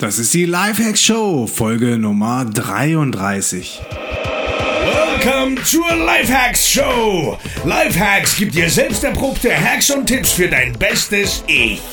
Das ist die Lifehacks Show, Folge Nummer 33. Welcome zur Lifehacks Show. Lifehacks gibt dir selbst erprobte Hacks und Tipps für dein bestes Ich.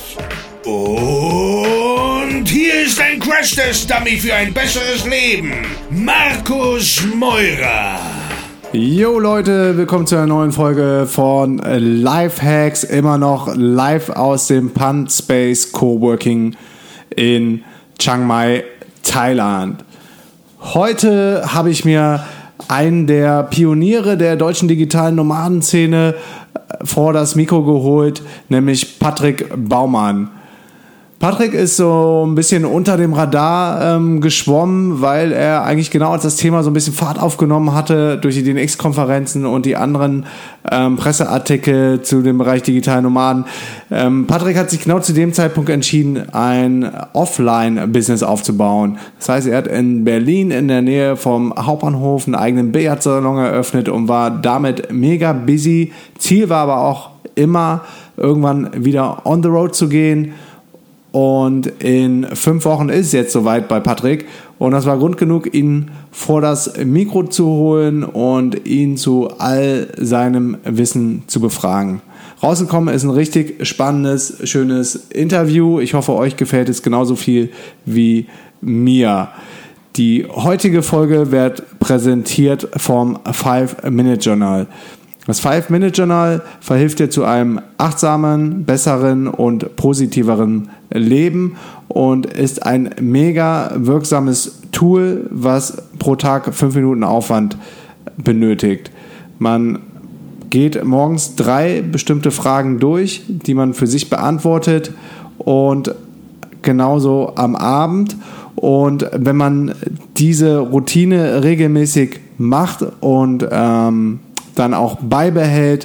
Und hier ist ein Crash-Test-Dummy für ein besseres Leben. Markus Meurer. Jo Leute, willkommen zu einer neuen Folge von Lifehacks. Immer noch live aus dem Pan Space Coworking in Chiang Mai, Thailand. Heute habe ich mir einen der Pioniere der deutschen digitalen Nomadenszene vor das Mikro geholt, nämlich Patrick Baumann. Patrick ist so ein bisschen unter dem Radar geschwommen, weil er eigentlich genau als das Thema so ein bisschen Fahrt aufgenommen hatte durch die DNX-Konferenzen und die anderen Presseartikel zu dem Bereich digitale Nomaden. Patrick hat sich genau zu dem Zeitpunkt entschieden, ein Offline-Business aufzubauen. Das heißt, er hat in Berlin in der Nähe vom Hauptbahnhof einen eigenen Billardsalon eröffnet und war damit mega busy. Ziel war aber auch immer, irgendwann wieder on the road zu gehen. Und in 5 Wochen ist es jetzt soweit bei Patrick. Und das war Grund genug, ihn vor das Mikro zu holen und ihn zu all seinem Wissen zu befragen. Rausgekommen ist ein richtig spannendes, schönes Interview. Ich hoffe, euch gefällt es genauso viel wie mir. Die heutige Folge wird präsentiert vom 5-Minute-Journal. Das 5-Minute-Journal verhilft dir zu einem achtsamen, besseren und positiveren Leben und ist ein mega wirksames Tool, was pro Tag 5 Minuten Aufwand benötigt. Man geht morgens 3 bestimmte Fragen durch, die man für sich beantwortet und genauso am Abend. Und wenn man diese Routine regelmäßig macht und dann auch beibehält,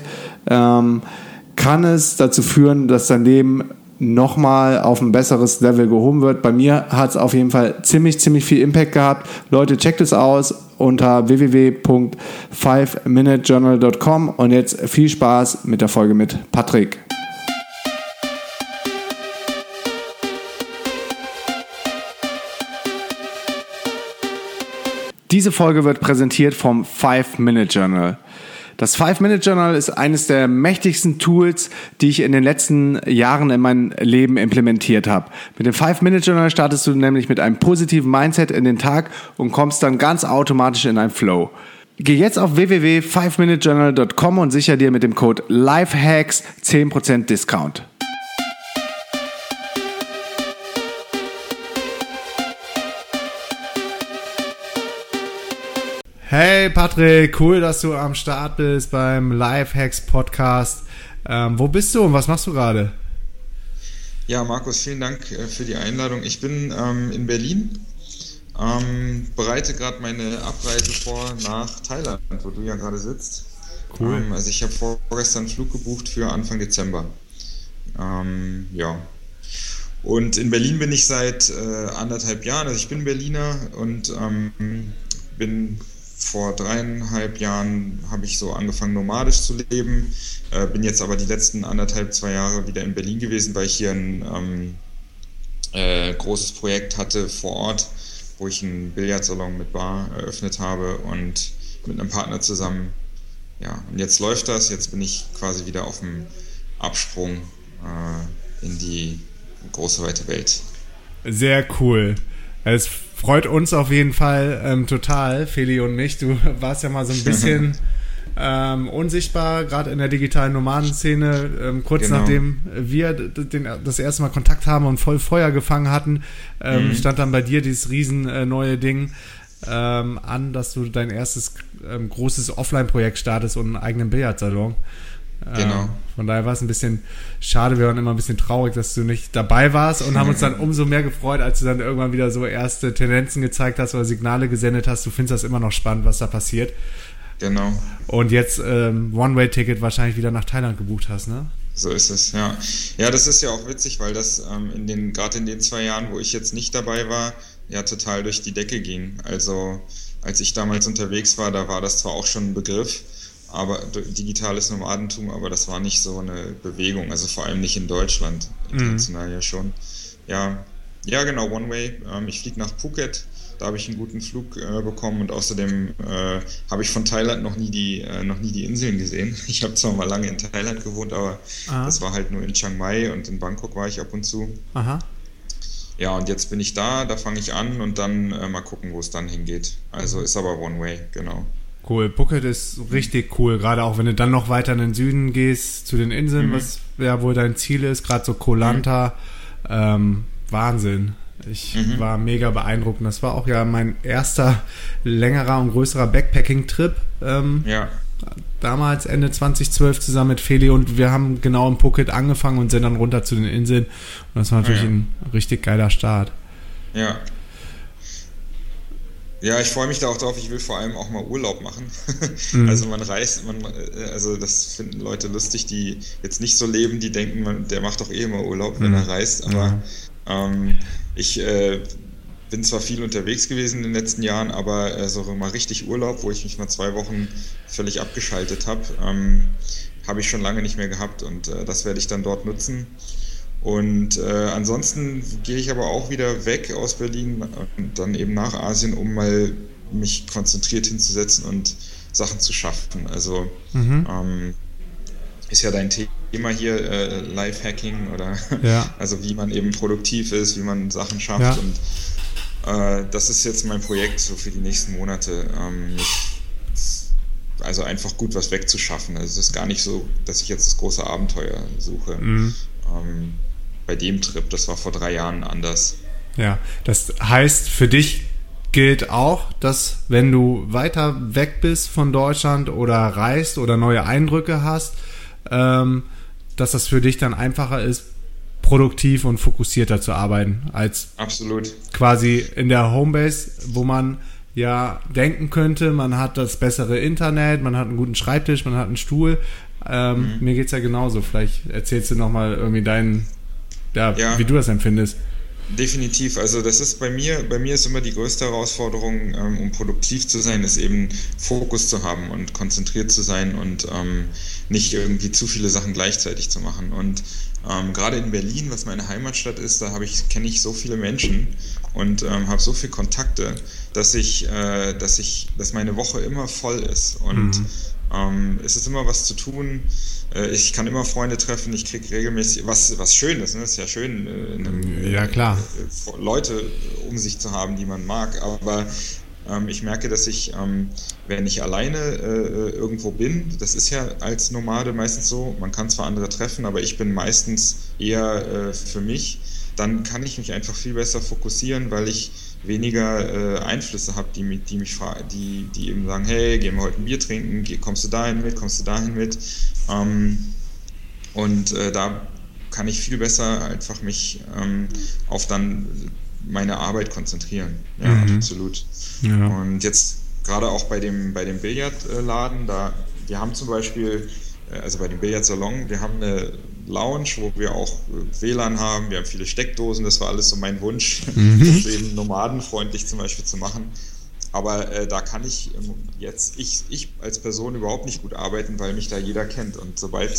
kann es dazu führen, dass dein Leben nochmal auf ein besseres Level gehoben wird. Bei mir hat es auf jeden Fall ziemlich viel Impact gehabt. Leute, checkt es aus unter www.5minutejournal.com und jetzt viel Spaß mit der Folge mit Patrick. Diese Folge wird präsentiert vom 5-Minute-Journal. Das 5-Minute-Journal ist eines der mächtigsten Tools, die ich in den letzten Jahren in mein Leben implementiert habe. Mit dem 5-Minute-Journal startest du nämlich mit einem positiven Mindset in den Tag und kommst dann ganz automatisch in einen Flow. Geh jetzt auf www.5minutejournal.com und sicher dir mit dem Code LIFEHACKS 10% Discount. Hey Patrick, cool, dass du am Start bist beim Lifehacks Podcast. Wo bist du und was machst du gerade? Ja, Markus, vielen Dank für die Einladung. Ich bin in Berlin, bereite gerade meine Abreise vor nach Thailand, wo du ja gerade sitzt. Cool. Also ich habe vorgestern einen Flug gebucht für Anfang Dezember. Ja. Und in Berlin bin ich seit 1,5 Jahren. Also ich bin Berliner und bin vor 3,5 Jahren habe ich so angefangen, nomadisch zu leben. Bin jetzt aber die letzten 2 Jahre wieder in Berlin gewesen, weil ich hier ein großes Projekt hatte vor Ort, wo ich einen Billardsalon mit Bar eröffnet habe und mit einem Partner zusammen. Ja, und jetzt läuft das. Jetzt bin ich quasi wieder auf dem Absprung in die große, weite Welt. Sehr cool. Es freut uns auf jeden Fall total, Feli und mich. Du warst ja mal so ein bisschen unsichtbar, gerade in der digitalen Nomadenszene. Kurz Genau. nachdem wir das erste Mal Kontakt haben und voll Feuer gefangen hatten, stand dann bei dir dieses riesen neue Ding an, dass du dein erstes großes Offline-Projekt startest und einen eigenen Billardsalon. Genau. Von daher war es ein bisschen schade, wir waren immer ein bisschen traurig, dass du nicht dabei warst und haben uns dann umso mehr gefreut, als du dann irgendwann wieder so erste Tendenzen gezeigt hast oder Signale gesendet hast. Du findest das immer noch spannend, was da passiert. Genau. Und jetzt One-Way-Ticket wahrscheinlich wieder nach Thailand gebucht hast, ne? So ist es, ja. Ja, das ist ja auch witzig, weil das gerade in den 2 Jahren, wo ich jetzt nicht dabei war, ja total durch die Decke ging. Also als ich damals unterwegs war, da war das zwar auch schon ein Begriff, aber digitales Nomadentum, aber das war nicht so eine Bewegung, also vor allem nicht in Deutschland, international ja schon. Ja, Ja, genau, One Way. Ich fliege nach Phuket. Da habe ich einen guten Flug bekommen und außerdem habe ich von Thailand noch nie die Inseln gesehen. Ich habe zwar mal lange in Thailand gewohnt, aber das war halt nur in Chiang Mai und in Bangkok war ich ab und zu. Aha. Ja, und jetzt bin ich da fange ich an und dann mal gucken, wo es dann hingeht. Also ist aber One Way, genau. Cool, Phuket ist richtig cool, gerade auch wenn du dann noch weiter in den Süden gehst, zu den Inseln, was ja wohl dein Ziel ist, gerade so Koh Lanta. Wahnsinn. Ich war mega beeindruckt. Das war auch ja mein erster längerer und größerer Backpacking-Trip. Damals Ende 2012 zusammen mit Feli und wir haben genau in Phuket angefangen und sind dann runter zu den Inseln. Und das war natürlich ein richtig geiler Start. Ja. Ja, ich freue mich da auch drauf. Ich will vor allem auch mal Urlaub machen. Also man reist, also das finden Leute lustig, die jetzt nicht so leben, die denken, der macht doch eh immer Urlaub, wenn er reist. Aber ich bin zwar viel unterwegs gewesen in den letzten Jahren, aber so mal richtig Urlaub, wo ich mich mal 2 Wochen völlig abgeschaltet habe ich schon lange nicht mehr gehabt und das werde ich dann dort nutzen. Und ansonsten gehe ich aber auch wieder weg aus Berlin und dann eben nach Asien, um mal mich konzentriert hinzusetzen und Sachen zu schaffen. Also ist ja dein Thema hier, Lifehacking oder also wie man eben produktiv ist, wie man Sachen schafft. Und das ist jetzt mein Projekt so für die nächsten Monate, also einfach gut was wegzuschaffen. Also es ist gar nicht so, dass ich jetzt das große Abenteuer suche. Bei dem Trip, das war vor 3 Jahren anders. Ja, das heißt, für dich gilt auch, dass wenn du weiter weg bist von Deutschland oder reist oder neue Eindrücke hast, dass das für dich dann einfacher ist, produktiv und fokussierter zu arbeiten, als absolut quasi in der Homebase, wo man ja denken könnte, man hat das bessere Internet, man hat einen guten Schreibtisch, man hat einen Stuhl. Mir geht's ja genauso. Vielleicht erzählst du nochmal irgendwie wie du das empfindest. Definitiv, also das ist bei mir ist immer die größte Herausforderung, um produktiv zu sein, ist eben Fokus zu haben und konzentriert zu sein und nicht irgendwie zu viele Sachen gleichzeitig zu machen. Und gerade in Berlin, was meine Heimatstadt ist, da kenne ich so viele Menschen und habe so viele Kontakte, dass meine Woche immer voll ist und es ist immer was zu tun. Ich kann immer Freunde treffen, ich kriege regelmäßig was Schönes, ne? Ist ja schön, klar. Leute um sich zu haben, die man mag, aber ich merke, dass ich, wenn ich alleine irgendwo bin, das ist ja als Nomade meistens so, man kann zwar andere treffen, aber ich bin meistens eher für mich, dann kann ich mich einfach viel besser fokussieren, weil ich weniger Einflüsse habe, die eben sagen, hey, gehen wir heute ein Bier trinken, kommst du dahin mit? Da kann ich viel besser einfach mich auf dann meine Arbeit konzentrieren. Ja, absolut. Ja. Und jetzt gerade auch bei dem Billardladen, wir haben zum Beispiel, also bei dem Billardsalon, wir haben eine Lounge, wo wir auch WLAN haben, wir haben viele Steckdosen, das war alles so mein Wunsch, das eben nomadenfreundlich zum Beispiel zu machen. Aber da kann ich jetzt, ich als Person überhaupt nicht gut arbeiten, weil mich da jeder kennt. Und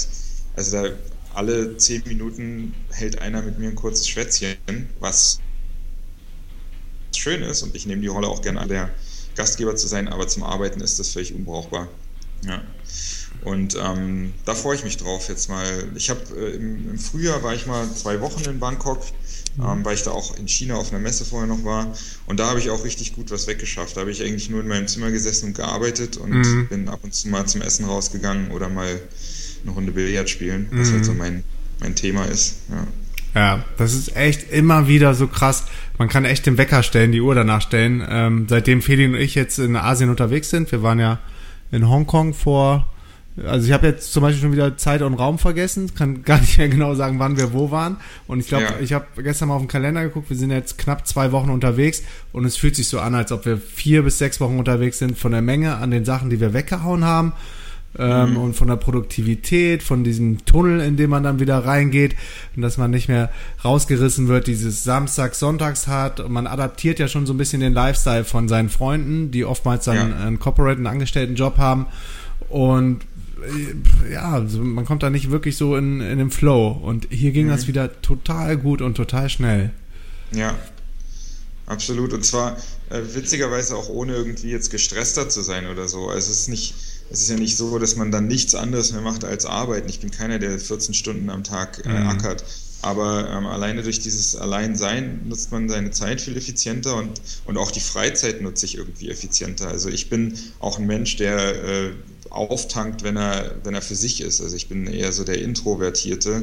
alle 10 Minuten hält einer mit mir ein kurzes Schwätzchen, was schön ist. Und ich nehme die Rolle auch gerne an, der Gastgeber zu sein, aber zum Arbeiten ist das völlig unbrauchbar. Ja. Und da freue ich mich drauf jetzt mal. Ich habe im Frühjahr war ich mal 2 Wochen in Bangkok, weil ich da auch in China auf einer Messe vorher noch war. Und da habe ich auch richtig gut was weggeschafft. Da habe ich eigentlich nur in meinem Zimmer gesessen und gearbeitet und bin ab und zu mal zum Essen rausgegangen oder mal eine Runde Billard spielen, was halt so mein Thema ist. Ja. Ja, das ist echt immer wieder so krass. Man kann echt den Wecker stellen, die Uhr danach stellen. Seitdem Feli und ich jetzt in Asien unterwegs sind, wir waren ja in Hongkong also ich habe jetzt zum Beispiel schon wieder Zeit und Raum vergessen, kann gar nicht mehr genau sagen, wann wir wo waren. Und ich glaube, ich habe gestern mal auf den Kalender geguckt, wir sind jetzt knapp 2 Wochen unterwegs und es fühlt sich so an, als ob wir 4 bis 6 Wochen unterwegs sind von der Menge an den Sachen, die wir weggehauen haben. Und von der Produktivität, von diesem Tunnel, in den man dann wieder reingeht und dass man nicht mehr rausgerissen wird, dieses Samstags-Sonntags hat und man adaptiert ja schon so ein bisschen den Lifestyle von seinen Freunden, die oftmals dann einen Corporate, einen Angestelltenjob haben und also man kommt da nicht wirklich so in den Flow und hier ging das wieder total gut und total schnell. Ja, absolut. Und zwar witzigerweise auch ohne irgendwie jetzt gestresster zu sein oder so. Also es ist ja nicht so, dass man dann nichts anderes mehr macht als arbeiten. Ich bin keiner, der 14 Stunden am Tag ackert. Aber alleine durch dieses Alleinsein nutzt man seine Zeit viel effizienter und auch die Freizeit nutze ich irgendwie effizienter. Also ich bin auch ein Mensch, der auftankt, wenn er für sich ist. Also ich bin eher so der Introvertierte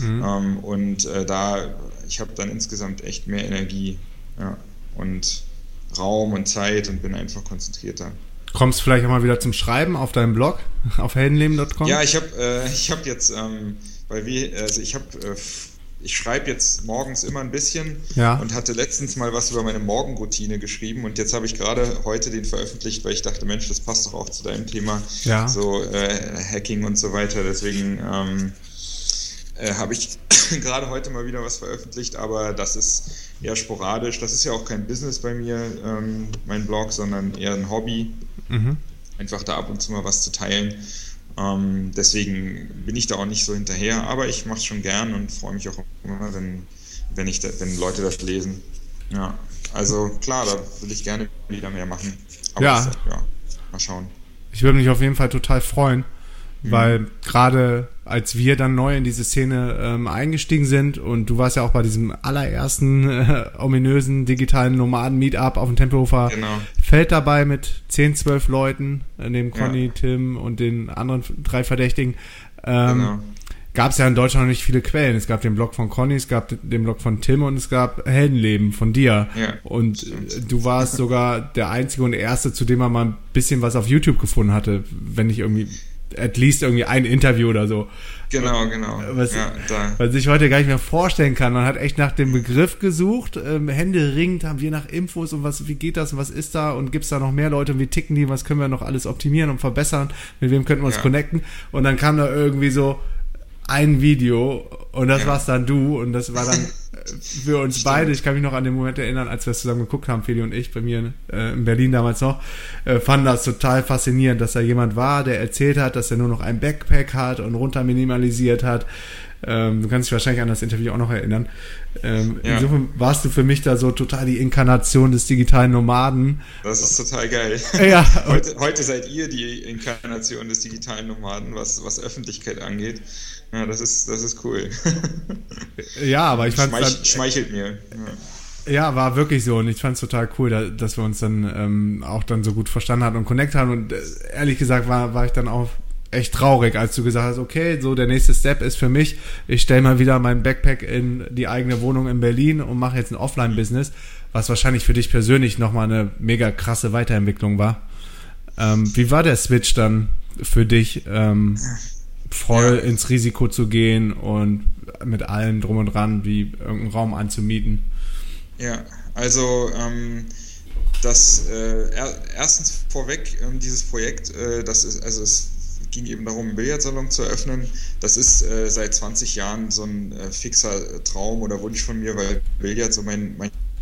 ich habe dann insgesamt echt mehr Energie und Raum und Zeit und bin einfach konzentrierter. Kommst du vielleicht auch mal wieder zum Schreiben auf deinem Blog, auf heldenleben.com? Ja, ich habe jetzt, ich schreibe jetzt morgens immer ein bisschen und hatte letztens mal was über meine Morgenroutine geschrieben und jetzt habe ich gerade heute den veröffentlicht, weil ich dachte, Mensch, das passt doch auch zu deinem Thema, so Hacking und so weiter. Deswegen habe ich gerade heute mal wieder was veröffentlicht, aber das ist eher sporadisch. Das ist ja auch kein Business bei mir, mein Blog, sondern eher ein Hobby. Einfach da ab und zu mal was zu teilen. Deswegen bin ich da auch nicht so hinterher, aber ich mache es schon gern und freue mich auch immer, wenn Leute das lesen. Ja, also klar, da will ich gerne wieder mehr machen. Aber mal schauen. Ich würde mich auf jeden Fall total freuen, weil gerade als wir dann neu in diese Szene eingestiegen sind und du warst ja auch bei diesem allerersten ominösen digitalen Nomaden-Meetup auf dem Tempelhofer Feld dabei mit 10, 12 Leuten, neben Conny, Tim und den anderen 3 Verdächtigen. Gab es ja in Deutschland noch nicht viele Quellen. Es gab den Blog von Conny, es gab den Blog von Tim und es gab Heldenleben von dir. Ja, und du warst sogar der Einzige und der Erste, zu dem man mal ein bisschen was auf YouTube gefunden hatte, wenn nicht irgendwie at least irgendwie ein Interview oder so. Genau. Was ich heute gar nicht mehr vorstellen kann. Man hat echt nach dem Begriff gesucht, händeringend haben wir nach Infos und wie geht das und was ist da und gibt es da noch mehr Leute und wie ticken die, was können wir noch alles optimieren und verbessern, mit wem könnten wir uns connecten und dann kam da irgendwie so ein Video und das war's dann du und das war dann für uns beide, ich kann mich noch an den Moment erinnern, als wir es zusammen geguckt haben, Feli und ich, bei mir in Berlin damals noch, fanden das total faszinierend, dass da jemand war, der erzählt hat, dass er nur noch ein Backpack hat und runter minimalisiert hat. Du kannst dich wahrscheinlich an das Interview auch noch erinnern. Insofern warst du für mich da so total die Inkarnation des digitalen Nomaden. Das ist total geil. Ja. Heute seid ihr die Inkarnation des digitalen Nomaden, was Öffentlichkeit angeht. Ja, das ist cool. Ja, aber ich fand schmeichelt mir. Ja, war wirklich so und ich fand es total cool, dass wir uns dann auch dann so gut verstanden hatten und connect haben und ehrlich gesagt war ich dann auch echt traurig, als du gesagt hast, okay, so der nächste Step ist für mich, ich stelle mal wieder mein Backpack in die eigene Wohnung in Berlin und mache jetzt ein Offline-Business, was wahrscheinlich für dich persönlich nochmal eine mega krasse Weiterentwicklung war. Wie war der Switch dann für dich, voll ins Risiko zu gehen und mit allem drum und dran, wie irgendeinen Raum anzumieten? Ja, also erstens vorweg, dieses Projekt, es ging eben darum, einen Billardsalon zu eröffnen. Das ist seit 20 Jahren so ein fixer Traum oder Wunsch von mir, weil Billard so mein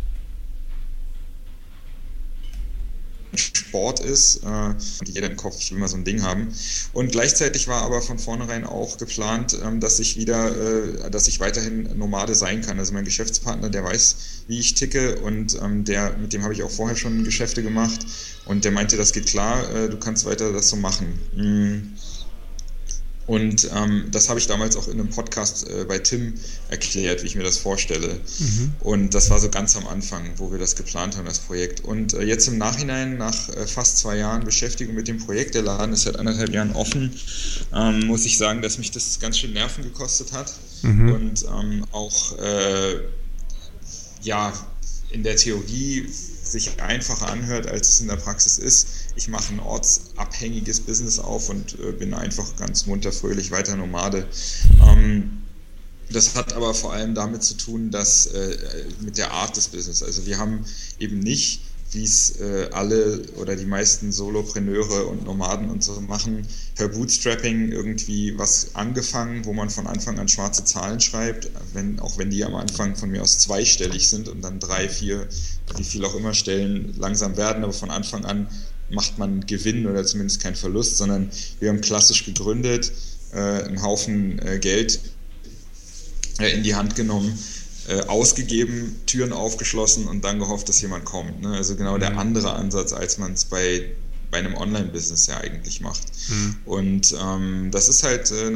Sport ist und jeder im Kopf, ich will mal so ein Ding haben. Und gleichzeitig war aber von vornherein auch geplant, dass ich weiterhin Nomade sein kann. Also mein Geschäftspartner, der weiß, wie ich ticke und mit dem habe ich auch vorher schon Geschäfte gemacht und der meinte, das geht klar, du kannst weiter das so machen. Und das habe ich damals auch in einem Podcast bei Tim erklärt, wie ich mir das vorstelle. Und das war so ganz am Anfang, wo wir das geplant haben, das Projekt. Und jetzt im Nachhinein, nach fast 2 Jahren Beschäftigung mit dem Projekt, der Laden ist seit 1,5 Jahren offen, muss ich sagen, dass mich das ganz schön Nerven gekostet hat. Und auch in der Theorie sich einfacher anhört, als es in der Praxis ist. Ich mache ein ortsabhängiges Business auf und bin einfach ganz munter, fröhlich weiter Nomade. Das hat aber vor allem damit zu tun, dass mit der Art des Business. Also wir haben eben nicht, wie es alle oder die meisten Solopreneure und Nomaden und so machen, per Bootstrapping irgendwie was angefangen, wo man von Anfang an schwarze Zahlen schreibt, auch wenn die am Anfang von mir aus zweistellig sind und dann 3, 4, wie viel auch immer Stellen langsam werden, aber von Anfang an macht man Gewinn oder zumindest keinen Verlust, sondern wir haben klassisch gegründet, einen Haufen Geld in die Hand genommen ausgegeben, Türen aufgeschlossen und dann gehofft, dass jemand kommt. Ne? Also genau der andere Ansatz, als man es bei einem Online-Business ja eigentlich macht. Und das ist halt ein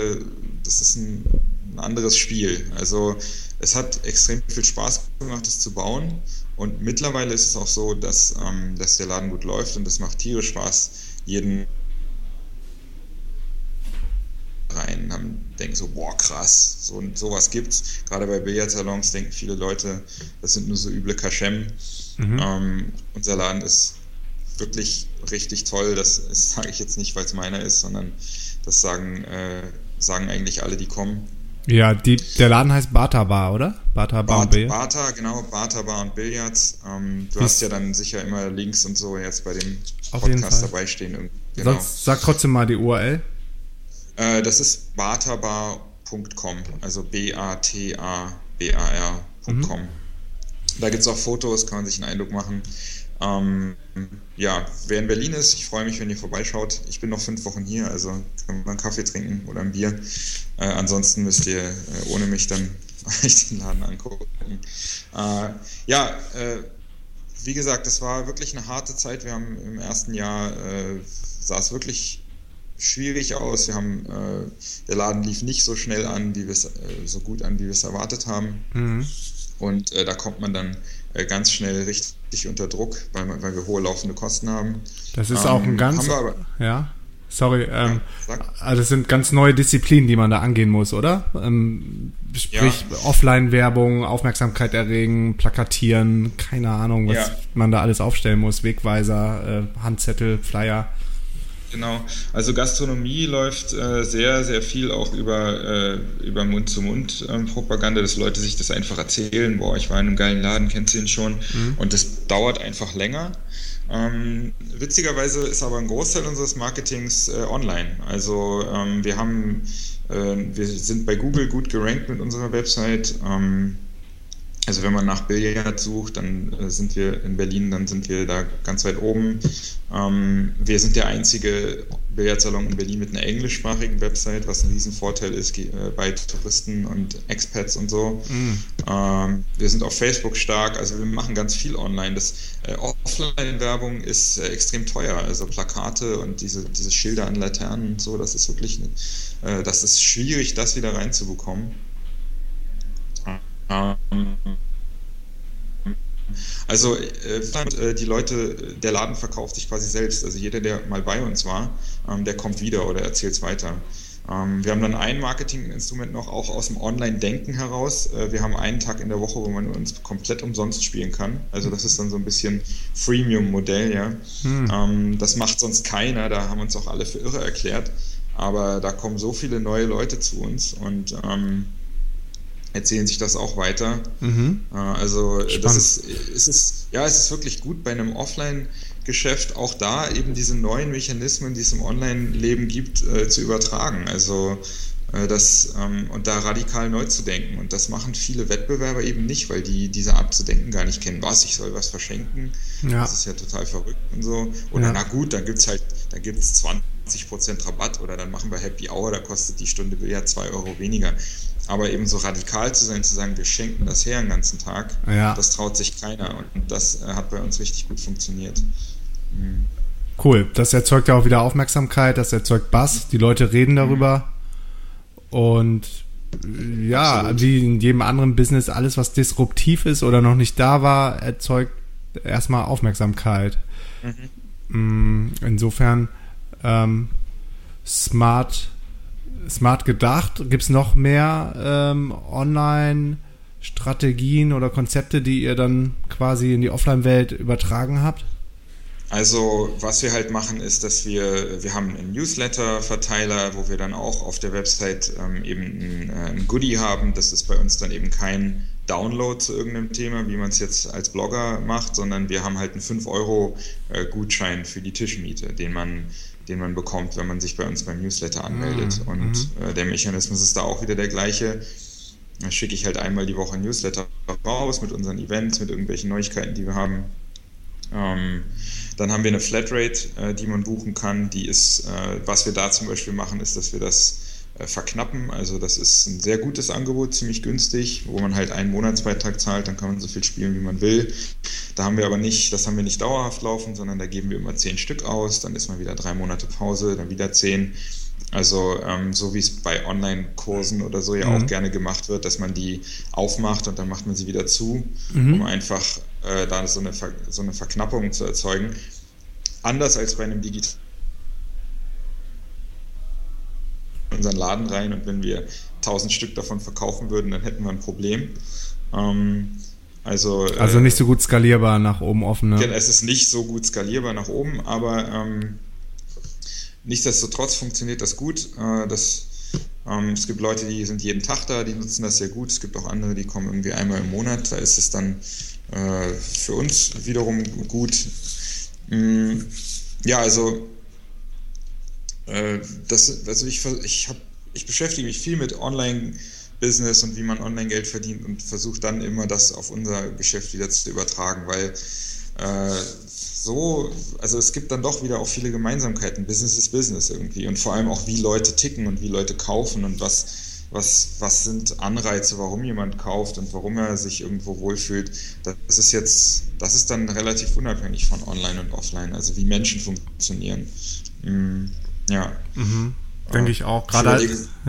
anderes Spiel. Also es hat extrem viel Spaß gemacht, es zu bauen. Und mittlerweile ist es auch so, dass der Laden gut läuft und es macht tierisch Spaß, jeden rein, denken so, boah, krass, sowas gibt's. Gerade bei Billardsalons denken viele Leute, das sind nur so üble Kaschem. Unser Laden ist wirklich richtig toll. Das sage ich jetzt nicht, weil es meiner ist, sondern das sagen eigentlich alle, die kommen. Ja, der Laden heißt Bata Bar, oder? Bata Bar und Billards? Bata Bar und Billards. Du hast ja dann sicher immer Links und so jetzt bei dem Auf jeden Podcast Fall dabei stehen. Genau. Sag trotzdem mal die URL. Das ist batabar.com, also BATABAR.com. Da gibt es auch Fotos, kann man sich einen Eindruck machen. Wer in Berlin ist, ich freue mich, wenn ihr vorbeischaut. Ich bin noch 5 Wochen hier, also kann man einen Kaffee trinken oder ein Bier. Ansonsten müsst ihr ohne mich dann euch den Laden angucken. Wie gesagt, das war wirklich eine harte Zeit. Wir haben im ersten Jahr, sah es wirklich schwierig aus. Der Laden lief nicht so schnell an, so gut an, wie wir es erwartet haben. Und da kommt man dann ganz schnell richtig unter Druck, weil wir hohe laufende Kosten haben. Das ist auch ein ganz... Also es sind ganz neue Disziplinen, die man da angehen muss, oder? Sprich Offline-Werbung, Aufmerksamkeit erregen, plakatieren, keine Ahnung, was man da alles aufstellen muss, Wegweiser, Handzettel, Flyer. Genau, also Gastronomie läuft sehr, sehr viel auch über Mund-zu-Mund-Propaganda, dass Leute sich das einfach erzählen, boah, ich war in einem geilen Laden, kennst du ihn schon? Und das dauert einfach länger. Witzigerweise ist aber ein Großteil unseres Marketings online. Also wir sind bei Google gut gerankt mit unserer Website. Also wenn man nach Billard sucht, dann sind wir in Berlin, dann sind wir da ganz weit oben. Wir sind der einzige Billardsalon in Berlin mit einer englischsprachigen Website, was ein Riesenvorteil ist bei Touristen und Expats und so. Wir sind auf Facebook stark, also wir machen ganz viel online. Offline-Werbung ist extrem teuer, also Plakate und diese Schilder an Laternen und so, das ist wirklich, das ist schwierig, das wieder reinzubekommen. Also die Leute, der Laden verkauft sich quasi selbst. Also jeder, der mal bei uns war, der kommt wieder oder erzählt es weiter. Wir haben dann ein Marketinginstrument noch, auch aus dem Online-Denken heraus. Wir haben einen Tag in der Woche, wo man uns komplett umsonst spielen kann. Also das ist dann so ein bisschen Freemium-Modell, ja. Das macht sonst keiner, da haben uns auch alle für irre erklärt. Aber da kommen so viele neue Leute zu uns und erzählen sich das auch weiter. Also es ist wirklich gut bei einem Offline-Geschäft auch da eben diese neuen Mechanismen, die es im Online-Leben gibt, zu übertragen. Also und da radikal neu zu denken. Und das machen viele Wettbewerber eben nicht, weil die diese Art zu denken gar nicht kennen. Ich soll was verschenken? Ja. Das ist ja total verrückt und so. Oder na gut, dann gibt's 20% Rabatt oder dann machen wir Happy Hour, da kostet die Stunde Billard 2 Euro weniger. Aber eben so radikal zu sein, zu sagen, wir schenken das her den ganzen Tag, das traut sich keiner. Und das hat bei uns richtig gut funktioniert. Cool, das erzeugt ja auch wieder Aufmerksamkeit, das erzeugt Buzz, die Leute reden darüber. Und absolut. Wie in jedem anderen Business, alles, was disruptiv ist oder noch nicht da war, erzeugt erstmal Aufmerksamkeit. Insofern smart gedacht. Gibt es noch mehr Online-Strategien oder Konzepte, die ihr dann quasi in die Offline-Welt übertragen habt? Also was wir halt machen ist, dass wir haben einen Newsletter-Verteiler, wo wir dann auch auf der Website eben ein Goodie haben. Das ist bei uns dann eben kein Download zu irgendeinem Thema, wie man es jetzt als Blogger macht, sondern wir haben halt einen 5-Euro-Gutschein für die Tischmiete, den man bekommt, wenn man sich bei uns beim Newsletter anmeldet. Und der Mechanismus ist da auch wieder der gleiche. Da schicke ich halt einmal die Woche ein Newsletter raus mit unseren Events, mit irgendwelchen Neuigkeiten, die wir haben. Dann haben wir eine Flatrate, die man buchen kann. Die ist, was wir da zum Beispiel machen, ist, dass wir das verknappen. Also das ist ein sehr gutes Angebot, ziemlich günstig, wo man halt einen Monatsbeitrag zahlt, dann kann man so viel spielen, wie man will. Das haben wir nicht dauerhaft laufen, sondern da geben wir immer 10 Stück aus, dann ist mal wieder 3 Monate Pause, dann wieder 10. Also so wie es bei Online-Kursen oder so ja auch gerne gemacht wird, dass man die aufmacht und dann macht man sie wieder zu, um einfach da so eine Verknappung zu erzeugen. Anders als bei einem digitalen unseren Laden rein, und wenn wir 1000 Stück davon verkaufen würden, dann hätten wir ein Problem. Also nicht so gut skalierbar nach oben offen. Ne? Es ist nicht so gut skalierbar nach oben, aber nichtsdestotrotz funktioniert das gut. Es gibt Leute, die sind jeden Tag da, die nutzen das sehr gut. Es gibt auch andere, die kommen irgendwie einmal im Monat. Da ist es dann für uns wiederum gut. Ja, also ich beschäftige mich viel mit Online-Business und wie man Online-Geld verdient und versuche dann immer das auf unser Geschäft wieder zu übertragen, weil es gibt dann doch wieder auch viele Gemeinsamkeiten. Business ist Business irgendwie, und vor allem auch, wie Leute ticken und wie Leute kaufen und was sind Anreize, warum jemand kauft und warum er sich irgendwo wohlfühlt. Das ist dann relativ unabhängig von Online und Offline, also wie Menschen funktionieren. Ja. Denke ich auch. Gerade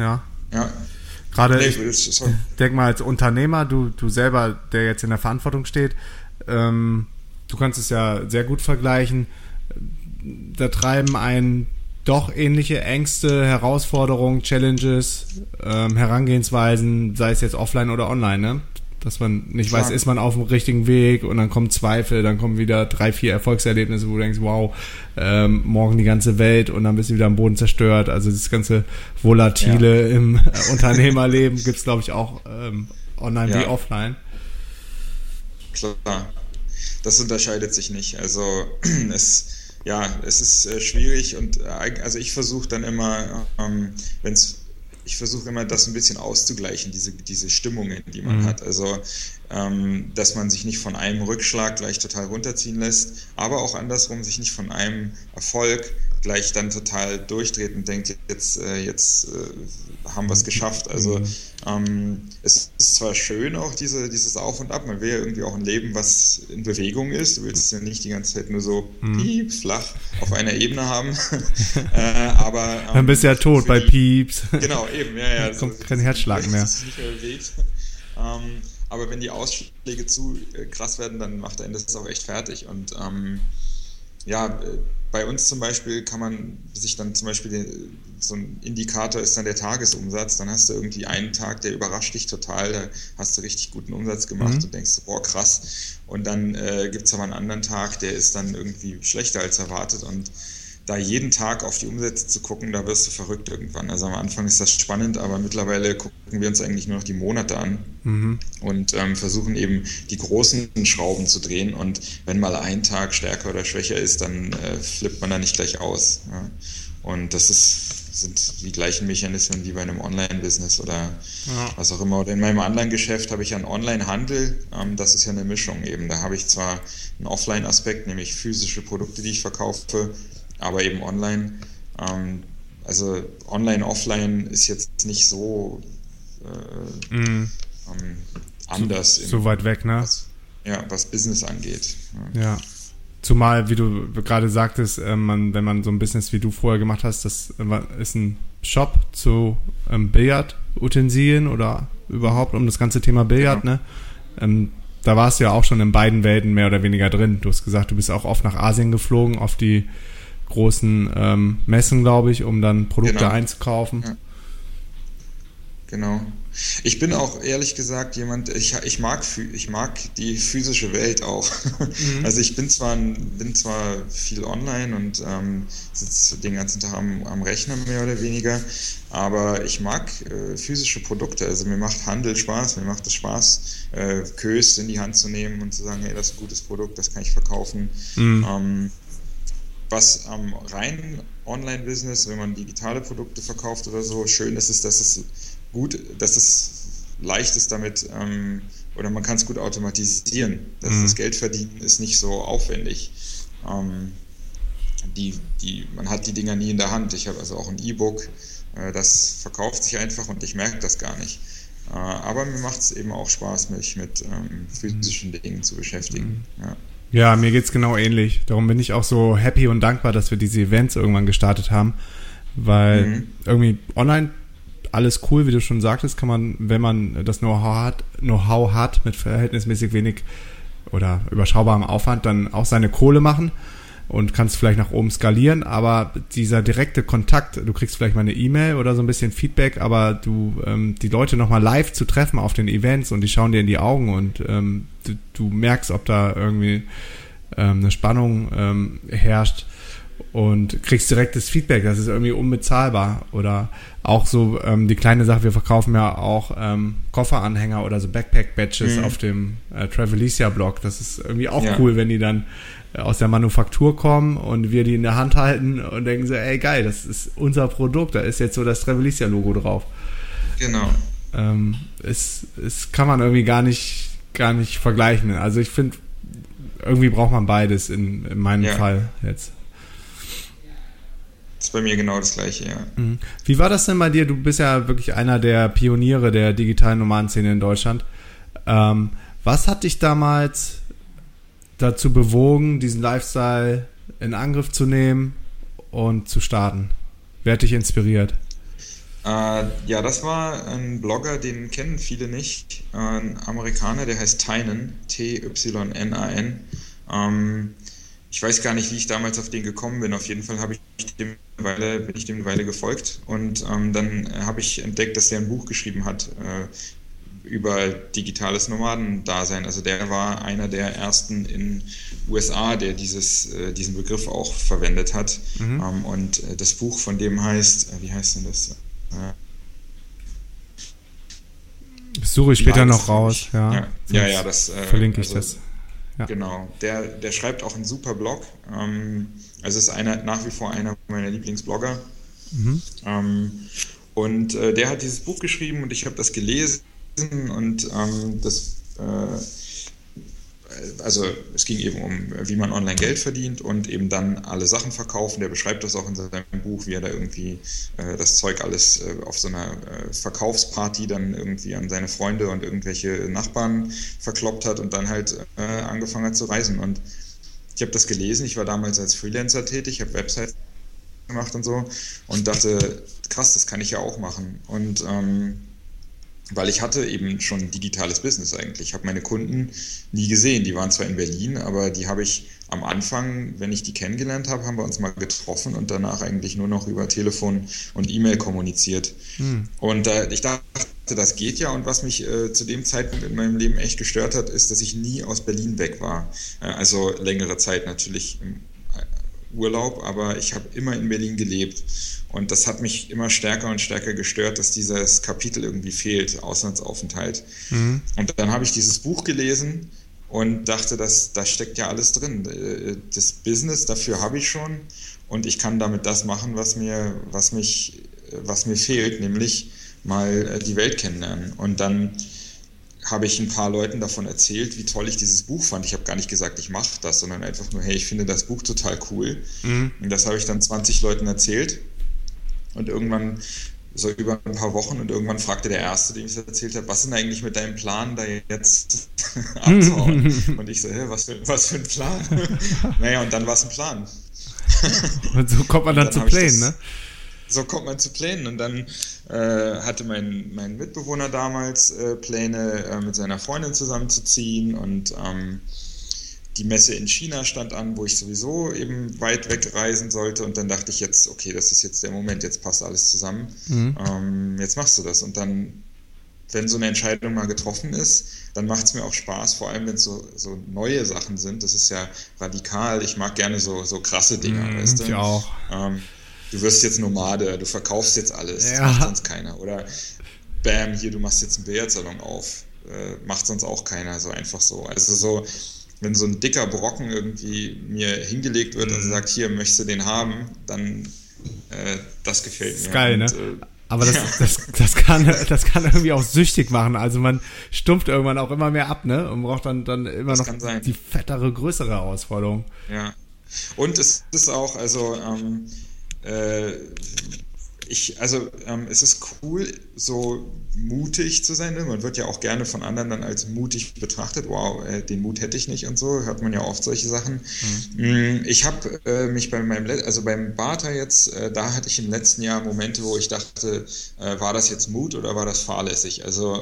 denk mal als Unternehmer, du selber, der jetzt in der Verantwortung steht, du kannst es ja sehr gut vergleichen. Da treiben einen doch ähnliche Ängste, Herausforderungen, Challenges, Herangehensweisen, sei es jetzt offline oder online, ne? Dass man nicht weiß, ist man auf dem richtigen Weg, und dann kommen Zweifel, dann kommen wieder 3, 4 Erfolgserlebnisse, wo du denkst, wow, morgen die ganze Welt, und dann bist du wieder am Boden zerstört. Also das ganze Volatile im Unternehmerleben gibt es, glaube ich, auch online wie offline. Klar, das unterscheidet sich nicht. Also es ist schwierig, und also ich versuche dann immer, ich versuche immer, das ein bisschen auszugleichen, diese Stimmungen, die man hat. Also, dass man sich nicht von einem Rückschlag gleich total runterziehen lässt, aber auch andersrum sich nicht von einem Erfolg gleich dann total durchdreht und denkt, jetzt haben wir es geschafft. Also es ist zwar schön auch dieses Auf und Ab, man will ja irgendwie auch ein Leben, was in Bewegung ist. Du willst ja nicht die ganze Zeit nur so Pieps, flach auf einer Ebene haben. Aber dann bist du ja tot bei Pieps. Genau, eben, ja. Da kommt kein Herzschlag mehr. Nicht mehr bewegt. Aber wenn die Ausschläge zu krass werden, dann macht einen das auch echt fertig. Und bei uns zum Beispiel kann man sich dann zum Beispiel, so ein Indikator ist dann der Tagesumsatz, dann hast du irgendwie einen Tag, der überrascht dich total, da hast du richtig guten Umsatz gemacht und denkst, boah, krass. Und dann gibt es aber einen anderen Tag, der ist dann irgendwie schlechter als erwartet, und da jeden Tag auf die Umsätze zu gucken, da wirst du verrückt irgendwann. Also am Anfang ist das spannend, aber mittlerweile gucken wir uns eigentlich nur noch die Monate an und versuchen eben die großen Schrauben zu drehen, und wenn mal ein Tag stärker oder schwächer ist, dann flippt man da nicht gleich aus. Ja. Und das sind die gleichen Mechanismen wie bei einem Online-Business oder was auch immer. Oder in meinem Online-Geschäft habe ich ja einen Online-Handel, das ist ja eine Mischung eben. Da habe ich zwar einen Offline-Aspekt, nämlich physische Produkte, die ich verkaufe, aber eben online. Also online, offline ist jetzt nicht so anders. So weit weg, ne? Was Business angeht. Ja. Zumal, wie du gerade sagtest, wenn man so ein Business wie du vorher gemacht hast, das ist ein Shop zu Billardutensilien oder überhaupt um das ganze Thema Billard, ne? Da warst du ja auch schon in beiden Welten mehr oder weniger drin. Du hast gesagt, du bist auch oft nach Asien geflogen, auf die großen Messen, glaube ich, um dann Produkte einzukaufen. Ja. Genau. Ich bin auch ehrlich gesagt jemand, ich mag die physische Welt auch. Also ich bin zwar viel online und sitze den ganzen Tag am Rechner mehr oder weniger, aber ich mag physische Produkte. Also mir macht Handel Spaß, mir macht es Spaß, Kös in die Hand zu nehmen und zu sagen, hey, das ist ein gutes Produkt, das kann ich verkaufen. Was am reinen Online-Business, wenn man digitale Produkte verkauft oder so, schön ist, dass es leicht ist damit, oder man kann es gut automatisieren. Das Geld verdienen ist nicht so aufwendig. man hat die Dinger nie in der Hand. Ich habe also auch ein E-Book, das verkauft sich einfach und ich merke das gar nicht. Aber mir macht es eben auch Spaß, mich mit physischen Dingen zu beschäftigen. Ja, mir geht's genau ähnlich. Darum bin ich auch so happy und dankbar, dass wir diese Events irgendwann gestartet haben, weil irgendwie online alles cool, wie du schon sagtest, kann man, wenn man das Know-how hat mit verhältnismäßig wenig oder überschaubarem Aufwand, dann auch seine Kohle machen und kannst vielleicht nach oben skalieren, aber dieser direkte Kontakt, du kriegst vielleicht mal eine E-Mail oder so ein bisschen Feedback, aber die Leute nochmal live zu treffen auf den Events und die schauen dir in die Augen und du merkst, ob da irgendwie eine Spannung herrscht und kriegst direktes Feedback, das ist irgendwie unbezahlbar. Oder auch so die kleine Sache, wir verkaufen ja auch Kofferanhänger oder so Backpack-Badges auf dem Travelicia-Blog, das ist irgendwie auch cool, wenn die dann aus der Manufaktur kommen und wir die in der Hand halten und denken so, ey geil, das ist unser Produkt, da ist jetzt so das Travelicia-Logo drauf. Genau. Es kann man irgendwie gar nicht vergleichen. Also ich finde, irgendwie braucht man beides in meinem Fall jetzt. Das ist bei mir genau das Gleiche, ja. Wie war das denn bei dir? Du bist ja wirklich einer der Pioniere der digitalen Nomadenszene in Deutschland. Was hat dich damals dazu bewogen, diesen Lifestyle in Angriff zu nehmen und zu starten? Wer hat dich inspiriert? Das war ein Blogger, den kennen viele nicht. Ein Amerikaner, der heißt Tynan, T-Y-N-A-N. Ich weiß gar nicht, wie ich damals auf den gekommen bin. Auf jeden Fall bin ich dem eine Weile gefolgt. Und dann habe ich entdeckt, dass der ein Buch geschrieben hat über digitales Nomadendasein. Also der war einer der ersten in USA, der diesen Begriff auch verwendet hat. Und das Buch von dem heißt, wie heißt denn das? Das suche ich später noch raus. Das verlinke ich das. Ja. Genau, der schreibt auch einen super Blog. Also ist nach wie vor einer meiner Lieblingsblogger. Und der hat dieses Buch geschrieben und ich habe das gelesen und also es ging eben um, wie man online Geld verdient und eben dann alle Sachen verkaufen. Der beschreibt das auch in seinem Buch, wie er da irgendwie das Zeug alles auf so einer Verkaufsparty dann irgendwie an seine Freunde und irgendwelche Nachbarn verkloppt hat und dann halt angefangen hat zu reisen. Und ich habe das gelesen, ich war damals als Freelancer tätig, habe Websites gemacht und so und dachte, krass, das kann ich ja auch machen. Und weil ich hatte eben schon ein digitales Business eigentlich. Ich habe meine Kunden nie gesehen. Die waren zwar in Berlin, aber die habe ich am Anfang, wenn ich die kennengelernt habe, haben wir uns mal getroffen und danach eigentlich nur noch über Telefon und E-Mail kommuniziert. Und ich dachte, das geht ja. Und was mich zu dem Zeitpunkt in meinem Leben echt gestört hat, ist, dass ich nie aus Berlin weg war. Also längere Zeit natürlich im Urlaub, aber ich habe immer in Berlin gelebt. Und das hat mich immer stärker und stärker gestört, dass dieses Kapitel irgendwie fehlt, Auslandsaufenthalt. Und dann habe ich dieses Buch gelesen und dachte, da steckt ja alles drin. Das Business, dafür habe ich schon und ich kann damit das machen, was mir fehlt, nämlich mal die Welt kennenlernen. Und dann habe ich ein paar Leuten davon erzählt, wie toll ich dieses Buch fand. Ich habe gar nicht gesagt, ich mache das, sondern einfach nur, hey, ich finde das Buch total cool. Und das habe ich dann 20 Leuten erzählt. Und irgendwann, so über ein paar Wochen, und irgendwann fragte der Erste, dem ich das erzählt habe, was ist denn eigentlich mit deinem Plan, da jetzt abzuhauen? Und ich so, was für ein Plan? Naja, und dann war es ein Plan. Und so kommt man dann zu Plänen, ne? So kommt man zu Plänen. Und dann hatte mein Mitbewohner damals Pläne, mit seiner Freundin zusammenzuziehen. Und die Messe in China stand an, wo ich sowieso eben weit weg reisen sollte. Und dann dachte ich jetzt, okay, das ist jetzt der Moment, jetzt passt alles zusammen. Jetzt machst du das. Und dann, wenn so eine Entscheidung mal getroffen ist, dann macht es mir auch Spaß, vor allem wenn es so neue Sachen sind. Das ist ja radikal. Ich mag gerne so krasse Dinger, weißt du? Ich auch. Du wirst jetzt Nomade, du verkaufst jetzt alles, das macht sonst keiner. Oder bam, hier, du machst jetzt einen Billardsalon auf, macht sonst auch keiner, so einfach so. Also so, wenn so ein dicker Brocken irgendwie mir hingelegt wird und sagt, hier, möchtest du den haben, dann das gefällt mir. Das ist geil, ne? Aber das kann irgendwie auch süchtig machen. Also man stumpft irgendwann auch immer mehr ab, ne? Und braucht dann immer noch die fettere, größere Herausforderung. Ja. Und es ist auch, also es ist cool, so mutig zu sein. Ne? Man wird ja auch gerne von anderen dann als mutig betrachtet. Wow, den Mut hätte ich nicht und so. Hört man ja oft solche Sachen. Ich habe mich beim Barter jetzt, da hatte ich im letzten Jahr Momente, wo ich dachte, war das jetzt Mut oder war das fahrlässig? Also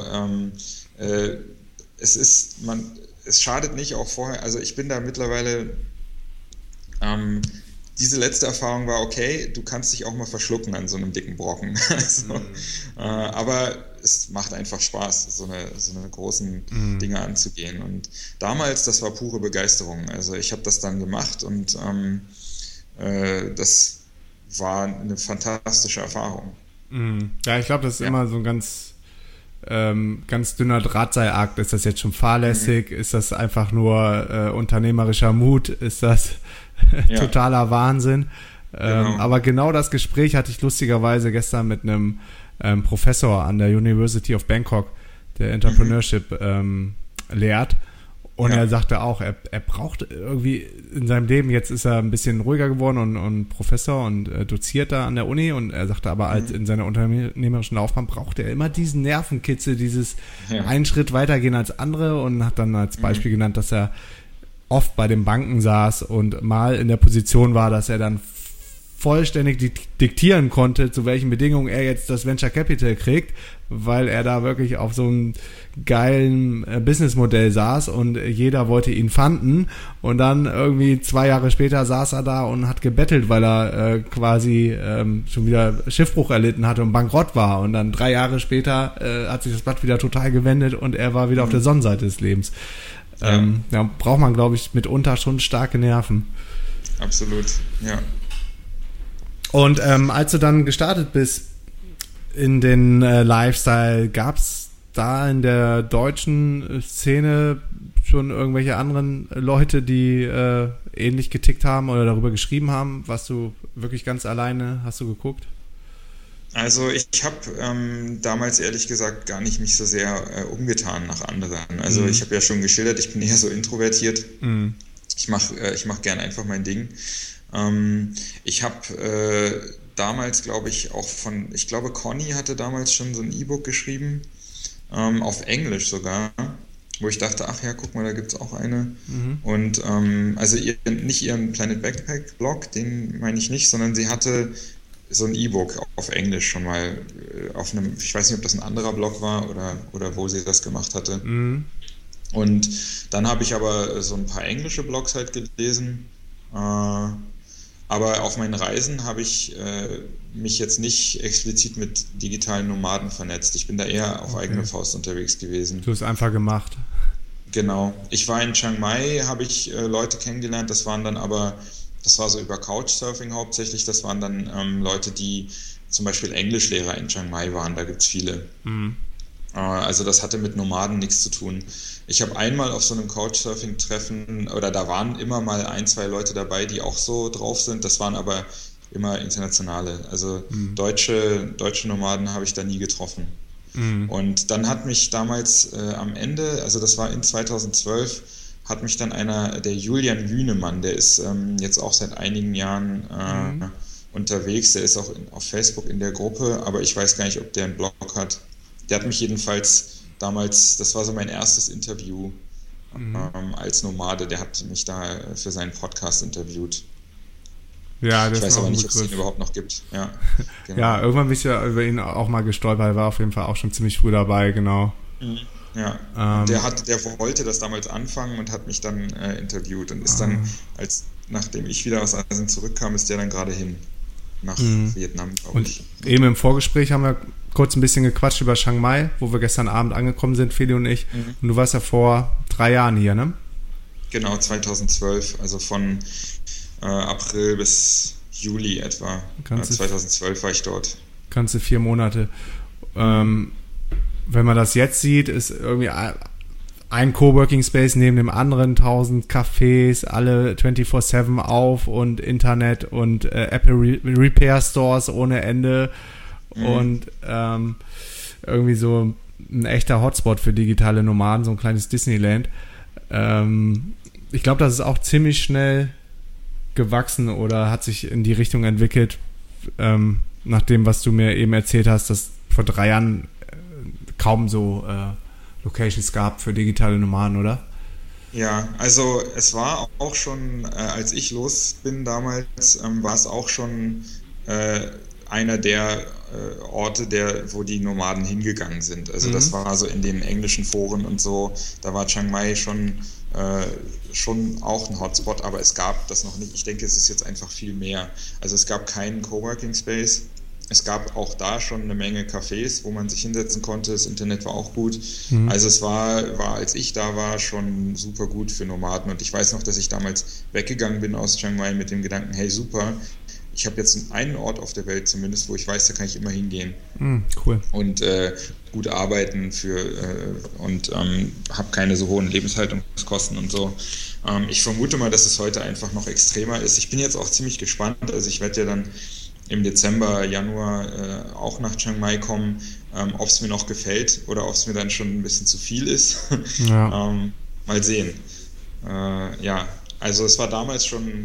es schadet nicht auch vorher, also ich bin da mittlerweile diese letzte Erfahrung war, okay, du kannst dich auch mal verschlucken an so einem dicken Brocken. Aber es macht einfach Spaß, so eine großen Dinge anzugehen. Und damals, das war pure Begeisterung. Also ich habe das dann gemacht und das war eine fantastische Erfahrung. Ja, ich glaube, das ist immer so ein ganz dünner Drahtseilakt. Ist das jetzt schon fahrlässig? Ist das einfach nur unternehmerischer Mut? Ist das totaler Wahnsinn? Genau. Aber genau das Gespräch hatte ich lustigerweise gestern mit einem Professor an der University of Bangkok, der Entrepreneurship lehrt. Und er sagte auch, er braucht irgendwie in seinem Leben, jetzt ist er ein bisschen ruhiger geworden und Professor und doziert da an der Uni, und er sagte aber, als in seiner unternehmerischen Laufbahn braucht er immer diesen Nervenkitzel, dieses einen Schritt weitergehen als andere, und hat dann als Beispiel genannt, dass er oft bei den Banken saß und mal in der Position war, dass er dann vollständig diktieren konnte, zu welchen Bedingungen er jetzt das Venture Capital kriegt, weil er da wirklich auf so einem geilen Businessmodell saß und jeder wollte ihn fanden, und dann irgendwie 2 Jahre später saß er da und hat gebettelt, weil er quasi schon wieder Schiffbruch erlitten hatte und bankrott war, und dann 3 Jahre später hat sich das Blatt wieder total gewendet und er war wieder auf der Sonnenseite des Lebens. Da braucht man, glaube ich, mitunter schon starke Nerven. Absolut, ja. Und als du dann gestartet bist in den Lifestyle, gab es da in der deutschen Szene schon irgendwelche anderen Leute, die ähnlich getickt haben oder darüber geschrieben haben? Warst du wirklich ganz alleine? Hast du geguckt? Also ich habe damals ehrlich gesagt gar nicht mich so sehr umgetan nach anderen. Also ich habe ja schon geschildert, ich bin eher so introvertiert. Ich mach gern einfach mein Ding. Ich habe damals, glaube ich, ich glaube Conny hatte damals schon so ein E-Book geschrieben, auf Englisch sogar, wo ich dachte, ach ja, guck mal, da gibt es auch eine. Und also nicht ihren Planet Backpack Blog, den meine ich nicht, sondern sie hatte so ein E-Book auf Englisch schon mal auf einem, ich weiß nicht, ob das ein anderer Blog war oder wo sie das gemacht hatte. Und dann habe ich aber so ein paar englische Blogs halt gelesen. Aber auf meinen Reisen habe ich mich jetzt nicht explizit mit digitalen Nomaden vernetzt. Ich bin da eher auf eigene Faust unterwegs gewesen. Du hast einfach gemacht. Genau. Ich war in Chiang Mai, habe ich Leute kennengelernt, das war so über Couchsurfing hauptsächlich, das waren dann Leute, die zum Beispiel Englischlehrer in Chiang Mai waren, da gibt es viele. Also das hatte mit Nomaden nichts zu tun. Ich habe einmal auf so einem Couchsurfing-Treffen, oder da waren immer mal 1, 2 Leute dabei, die auch so drauf sind, das waren aber immer internationale. Also deutsche Nomaden habe ich da nie getroffen. Und dann hat mich damals am Ende, also das war in 2012, hat mich dann der Julian Lünemann, der ist jetzt auch seit einigen Jahren unterwegs, der ist auch auf Facebook in der Gruppe, aber ich weiß gar nicht, ob der einen Blog hat. Der hat mich jedenfalls damals, das war so mein erstes Interview als Nomade, der hat mich da für seinen Podcast interviewt. Ja, das ich weiß aber nicht, ob es ihn überhaupt noch gibt. Ja, genau. Ja, irgendwann bin ich ja über ihn auch mal gestolpert, er war auf jeden Fall auch schon ziemlich früh dabei, genau. Ja, der wollte das damals anfangen und hat mich dann interviewt und ist dann, nachdem ich wieder aus Asien zurückkam, ist der dann gerade hin nach Vietnam, glaube ich. Eben im Vorgespräch haben wir kurz ein bisschen gequatscht über Chiang Mai, wo wir gestern Abend angekommen sind, Feli und ich. Und du warst ja vor 3 Jahren hier, ne? Genau, 2012, also von April bis Juli etwa. 2012 war ich dort. Ganze 4 Monate. Wenn man das jetzt sieht, ist irgendwie ein Coworking Space neben dem anderen, 1000 Cafés, alle 24/7 auf und Internet und Apple Repair Stores ohne Ende und irgendwie so ein echter Hotspot für digitale Nomaden, so ein kleines Disneyland. Ich glaube, das ist auch ziemlich schnell gewachsen oder hat sich in die Richtung entwickelt, nach dem, was du mir eben erzählt hast, dass vor 3 Jahren kaum so Locations gab für digitale Nomaden, oder? Ja, also es war auch schon, als ich los bin damals, war es auch schon einer der Orte, wo die Nomaden hingegangen sind. Also das war so in den englischen Foren und so, da war Chiang Mai schon auch ein Hotspot, aber es gab das noch nicht. Ich denke, es ist jetzt einfach viel mehr. Also es gab keinen Coworking Space. Es gab auch da schon eine Menge Cafés, wo man sich hinsetzen konnte. Das Internet war auch gut. Also es war, als ich da war, schon super gut für Nomaden. Und ich weiß noch, dass ich damals weggegangen bin aus Chiang Mai mit dem Gedanken, hey super, ich habe jetzt einen Ort auf der Welt zumindest, wo ich weiß, da kann ich immer hingehen. Cool. Und gut arbeiten und habe keine so hohen Lebenshaltungskosten und so. Ich vermute mal, dass es heute einfach noch extremer ist. Ich bin jetzt auch ziemlich gespannt. Also ich werde ja dann im Dezember, Januar auch nach Chiang Mai kommen, ob es mir noch gefällt oder ob es mir dann schon ein bisschen zu viel ist. Ja. Mal sehen. Ja, also es war damals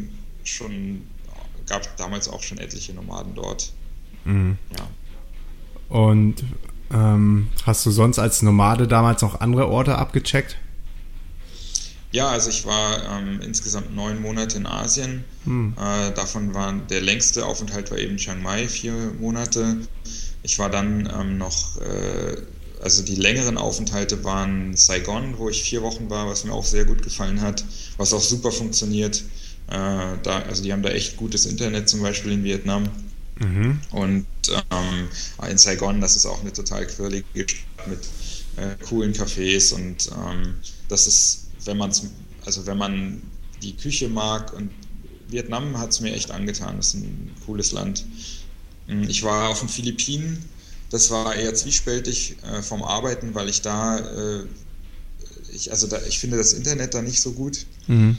gab damals auch schon etliche Nomaden dort. Ja. Und hast du sonst als Nomade damals noch andere Orte abgecheckt? Ja, also ich war insgesamt 9 Monate in Asien. Davon der längste Aufenthalt war eben Chiang Mai, 4 Monate. Ich war dann also die längeren Aufenthalte waren Saigon, wo ich 4 Wochen war, was mir auch sehr gut gefallen hat, was auch super funktioniert. Also die haben da echt gutes Internet, zum Beispiel in Vietnam. Und in Saigon, das ist auch eine total quirlige Stadt mit coolen Cafés und das ist, wenn man die Küche mag, und Vietnam hat es mir echt angetan, das ist ein cooles Land. Ich war auf den Philippinen, das war eher zwiespältig vom Arbeiten, weil ich ich finde das Internet da nicht so gut.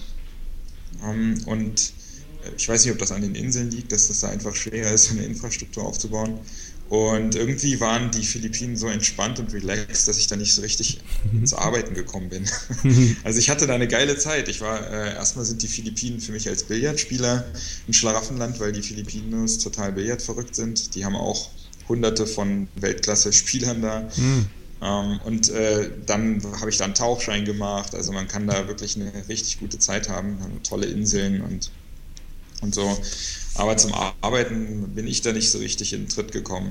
Und ich weiß nicht, ob das an den Inseln liegt, dass das da einfach schwerer ist, eine Infrastruktur aufzubauen. Und irgendwie waren die Philippinen so entspannt und relaxed, dass ich da nicht so richtig ins Arbeiten gekommen bin. Also ich hatte da eine geile Zeit. Erstmal sind die Philippinen für mich als Billardspieler ein Schlaraffenland, weil die Filipinos total billardverrückt sind. Die haben auch hunderte von Weltklasse-Spielern da. Und dann habe ich da einen Tauchschein gemacht. Also man kann da wirklich eine richtig gute Zeit haben, tolle Inseln und so. Aber zum Arbeiten bin ich da nicht so richtig in den Tritt gekommen.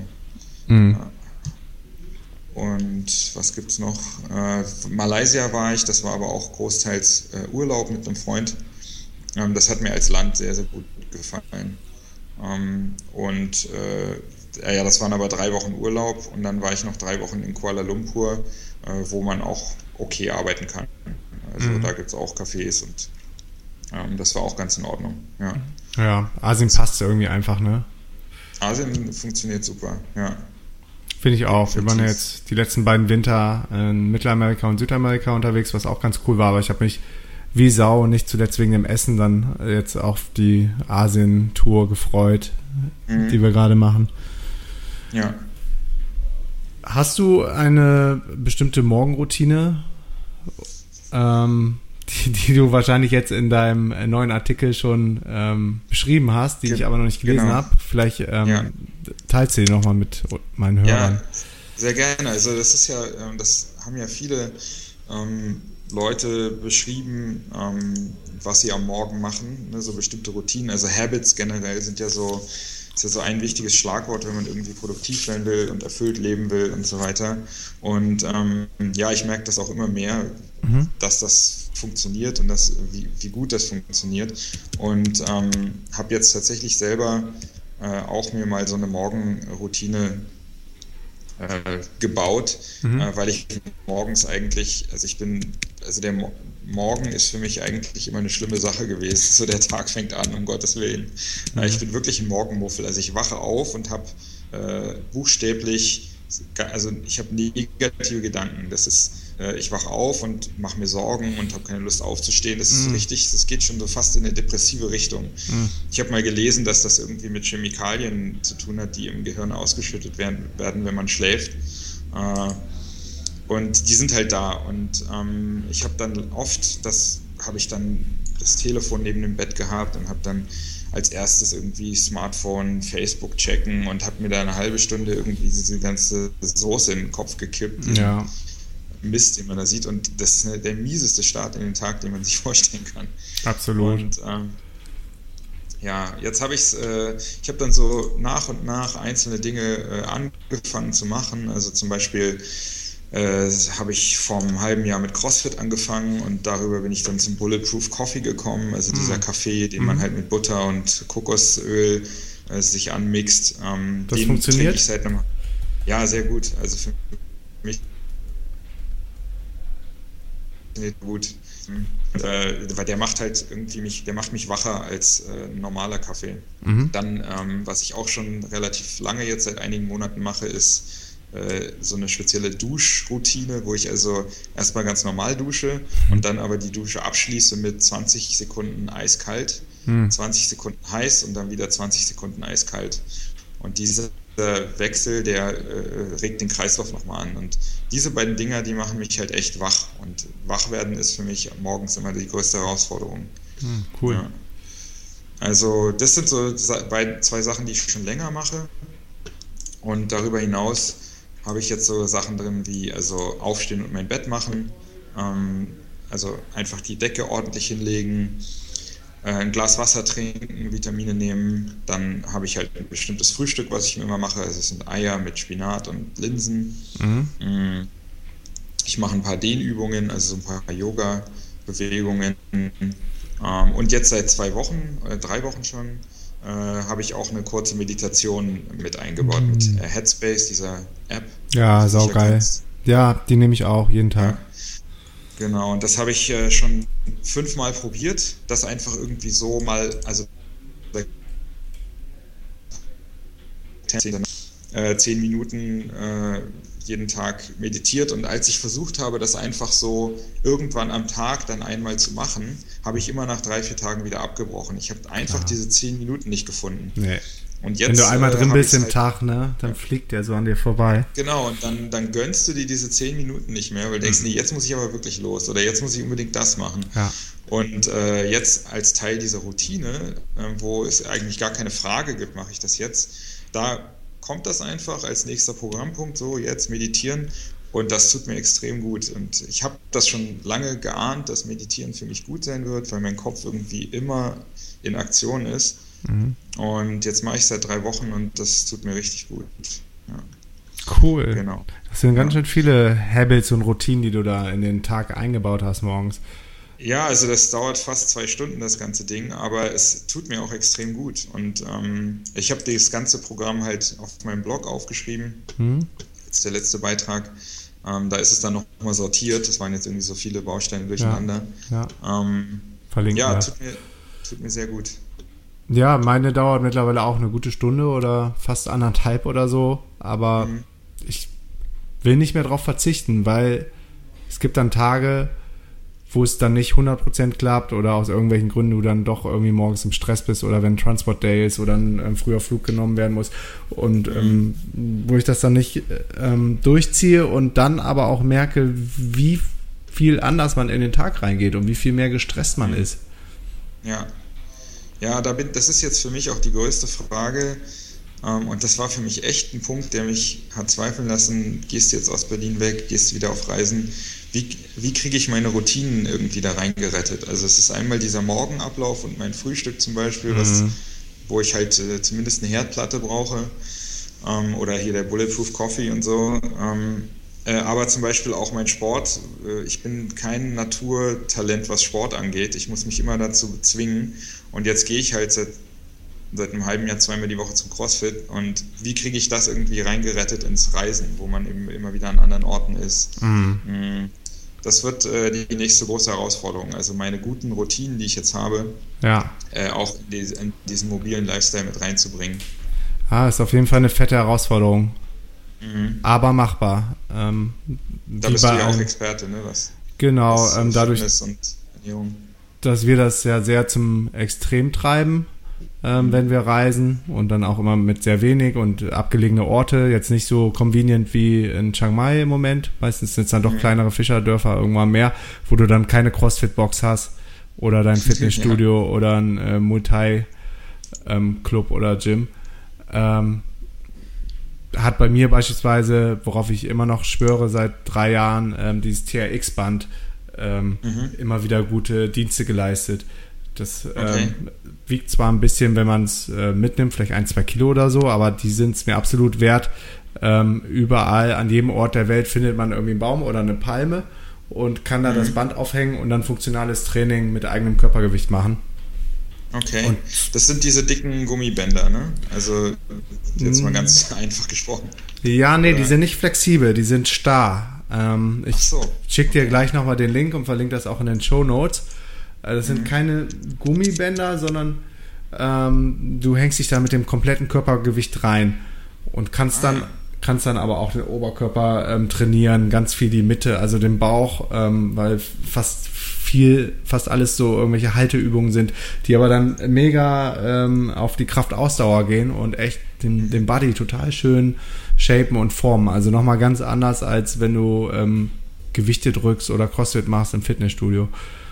Und was gibt's noch? Malaysia war ich, das war aber auch großteils Urlaub mit einem Freund. Das hat mir als Land sehr, sehr gut gefallen. Das waren aber 3 Wochen Urlaub und dann war ich noch 3 Wochen in Kuala Lumpur, wo man auch okay arbeiten kann. Also da gibt es auch Cafés und das war auch ganz in Ordnung. Ja, Asien passt irgendwie einfach, ne? Asien funktioniert super, ja. Finde ich auch. Wir waren ja jetzt die letzten beiden Winter in Mittelamerika und Südamerika unterwegs, was auch ganz cool war, aber ich habe mich wie Sau, nicht zuletzt wegen dem Essen, dann jetzt auf die Asien-Tour gefreut, die wir gerade machen. Ja. Hast du eine bestimmte Morgenroutine, die du wahrscheinlich jetzt in deinem neuen Artikel schon beschrieben hast, die ich aber noch nicht gelesen habe? Vielleicht teilst du die nochmal mit meinen Hörern. Ja, sehr gerne. Also das ist ja, das haben ja viele Leute beschrieben, was sie am Morgen machen, ne, so bestimmte Routinen. Also Habits generell ist ja so ein wichtiges Schlagwort, wenn man irgendwie produktiv sein will und erfüllt leben will und so weiter. Und ich merke das auch immer mehr, dass das funktioniert und wie gut das funktioniert. Und habe jetzt tatsächlich selber auch mir mal so eine Morgenroutine gebaut, weil ich morgens eigentlich, der Morgen ist für mich eigentlich immer eine schlimme Sache gewesen. So, der Tag fängt an, um Gottes Willen. Ich bin wirklich ein Morgenmuffel. Also ich wache auf und habe buchstäblich, also ich habe negative Gedanken. Das ist, ich wache auf und mache mir Sorgen und habe keine Lust aufzustehen. Das ist so richtig, das geht schon so fast in eine depressive Richtung. Ich habe mal gelesen, dass das irgendwie mit Chemikalien zu tun hat, die im Gehirn ausgeschüttet werden, wenn man schläft. Und die sind halt da. Und ich habe dann oft, das das Telefon neben dem Bett gehabt und habe dann als erstes irgendwie Smartphone, Facebook checken und habe mir da eine halbe Stunde irgendwie diese ganze Soße in den Kopf gekippt. Ja. Mist, den man da sieht. Und das ist der mieseste Start in den Tag, den man sich vorstellen kann. Absolut. Und jetzt habe ich habe dann so nach und nach einzelne Dinge angefangen zu machen. Also zum Beispiel habe ich vor einem halben Jahr mit CrossFit angefangen und darüber bin ich dann zum Bulletproof Coffee gekommen, also dieser Kaffee, den man halt mit Butter und Kokosöl sich anmixt. Das den funktioniert? Ich seit einem, ja, sehr gut. Also für mich gut. Weil der macht halt irgendwie der macht mich wacher als normaler Kaffee. Dann, was ich auch schon relativ lange jetzt seit einigen Monaten mache, ist so eine spezielle Duschroutine, wo ich also erstmal ganz normal dusche und dann aber die Dusche abschließe mit 20 Sekunden eiskalt, 20 Sekunden heiß und dann wieder 20 Sekunden eiskalt. Und dieser Wechsel, der regt den Kreislauf nochmal an. Und diese beiden Dinger, die machen mich halt echt wach. Und wach werden ist für mich morgens immer die größte Herausforderung. Cool. Ja. Also das sind so zwei Sachen, die ich schon länger mache. Und darüber hinaus habe ich jetzt so Sachen drin wie also aufstehen und mein Bett machen, also einfach die Decke ordentlich hinlegen, ein Glas Wasser trinken, Vitamine nehmen, dann habe ich halt ein bestimmtes Frühstück, was ich mir immer mache, also es sind Eier mit Spinat und Linsen. Ich mache ein paar Dehnübungen, also so ein paar Yoga-Bewegungen und jetzt seit 3 Wochen schon, habe ich auch eine kurze Meditation mit eingebaut mit Headspace, dieser App. Ja, saugeil. Ja, die nehme ich auch jeden Tag. Ja, genau, und das habe ich schon 5-mal probiert, das einfach irgendwie so mal, also 10 Minuten jeden Tag meditiert und als ich versucht habe, das einfach so irgendwann am Tag dann einmal zu machen, habe ich immer nach 3-4 Tagen wieder abgebrochen. Ich habe einfach diese 10 Minuten nicht gefunden. Nee. Und jetzt, wenn du einmal drin bist im halt, Tag, ne, dann fliegt der so an dir vorbei. Genau, und dann gönnst du dir diese 10 Minuten nicht mehr, weil du denkst, nee, jetzt muss ich aber wirklich los oder jetzt muss ich unbedingt das machen. Ja. Und jetzt als Teil dieser Routine, wo es eigentlich gar keine Frage gibt, mache ich das jetzt, da kommt das einfach als nächster Programmpunkt, so jetzt meditieren und das tut mir extrem gut und ich habe das schon lange geahnt, dass Meditieren für mich gut sein wird, weil mein Kopf irgendwie immer in Aktion ist und jetzt mache ich es seit 3 Wochen und das tut mir richtig gut. Ja. Cool. Genau. Das sind ganz schön viele Habits und Routinen, die du da in den Tag eingebaut hast morgens. Ja, also das dauert fast 2 Stunden, das ganze Ding, aber es tut mir auch extrem gut. Und ich habe das ganze Programm halt auf meinem Blog aufgeschrieben. Jetzt der letzte Beitrag. Da ist es dann nochmal sortiert. Das waren jetzt irgendwie so viele Bausteine durcheinander. Ja. Verlinkt. Ja, tut mir sehr gut. Ja, meine dauert mittlerweile auch eine gute Stunde oder fast 1,5 oder so. Aber ich will nicht mehr drauf verzichten, weil es gibt dann Tage, wo es dann nicht 100% klappt oder aus irgendwelchen Gründen du dann doch irgendwie morgens im Stress bist oder wenn Transport Day ist oder ein früher Flug genommen werden muss und wo ich das dann nicht durchziehe und dann aber auch merke, wie viel anders man in den Tag reingeht und wie viel mehr gestresst man ist. Ja, das ist jetzt für mich auch die größte Frage und das war für mich echt ein Punkt, der mich hat zweifeln lassen, gehst du jetzt aus Berlin weg, gehst wieder auf Reisen, wie kriege ich meine Routinen irgendwie da reingerettet? Also es ist einmal dieser Morgenablauf und mein Frühstück zum Beispiel, wo ich halt zumindest eine Herdplatte brauche oder hier der Bulletproof Coffee und so. Aber zum Beispiel auch mein Sport. Ich bin kein Naturtalent, was Sport angeht. Ich muss mich immer dazu zwingen. Und jetzt gehe ich halt seit einem halben Jahr 2-mal die Woche zum CrossFit. Und wie kriege ich das irgendwie reingerettet ins Reisen, wo man eben immer wieder an anderen Orten ist? Das wird die nächste große Herausforderung. Also meine guten Routinen, die ich jetzt habe, auch in diesen mobilen Lifestyle mit reinzubringen. Ist auf jeden Fall eine fette Herausforderung. Aber machbar. Da bist du ja auch Experte, ne? Genau, dadurch, und Ernährung. Dass wir das ja sehr zum Extrem treiben, wenn wir reisen und dann auch immer mit sehr wenig und abgelegene Orte, jetzt nicht so convenient wie in Chiang Mai im Moment, meistens sind es dann doch kleinere Fischerdörfer, irgendwann mehr, wo du dann keine Crossfit-Box hast oder dein Fitnessstudio oder ein Muay Thai Club oder Gym. Hat bei mir beispielsweise, worauf ich immer noch schwöre seit 3 Jahren, dieses TRX-Band immer wieder gute Dienste geleistet. Das wiegt zwar ein bisschen, wenn man es mitnimmt, vielleicht 1-2 Kilo oder so, aber die sind es mir absolut wert. Überall, an jedem Ort der Welt findet man irgendwie einen Baum oder eine Palme und kann da das Band aufhängen und dann funktionales Training mit eigenem Körpergewicht machen. Okay, und das sind diese dicken Gummibänder, ne? Also jetzt mal ganz einfach gesprochen. Ja, nee, die sind nicht flexibel, die sind starr. Ich schicke dir gleich nochmal den Link und verlinke das auch in den Shownotes. Das sind keine Gummibänder, sondern du hängst dich da mit dem kompletten Körpergewicht rein und kannst dann aber auch den Oberkörper trainieren, ganz viel die Mitte, also den Bauch, weil fast alles so irgendwelche Halteübungen sind, die aber dann mega auf die Kraftausdauer gehen und echt den Body total schön shapen und formen. Also nochmal ganz anders, als wenn du Gewichte drückst oder Crossfit machst im Fitnessstudio.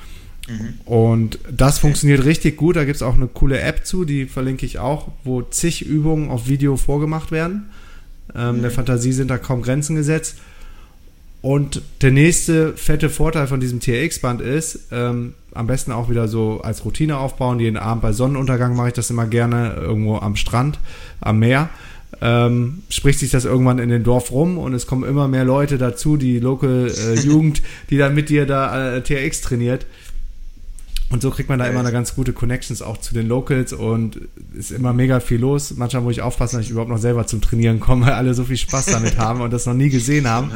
Und das funktioniert richtig gut. Da gibt es auch eine coole App zu, die verlinke ich auch, wo zig Übungen auf Video vorgemacht werden. Der Fantasie sind da kaum Grenzen gesetzt. Und der nächste fette Vorteil von diesem TRX-Band ist, am besten auch wieder so als Routine aufbauen. Jeden Abend bei Sonnenuntergang mache ich das immer gerne, irgendwo am Strand, am Meer. Spricht sich das irgendwann in den Dorf rum und es kommen immer mehr Leute dazu, die Local Jugend, die dann mit dir da TRX trainiert. Und so kriegt man da immer eine ganz gute Connections auch zu den Locals und ist immer mega viel los. Manchmal muss ich aufpassen, dass ich überhaupt noch selber zum Trainieren komme, weil alle so viel Spaß damit haben und das noch nie gesehen haben.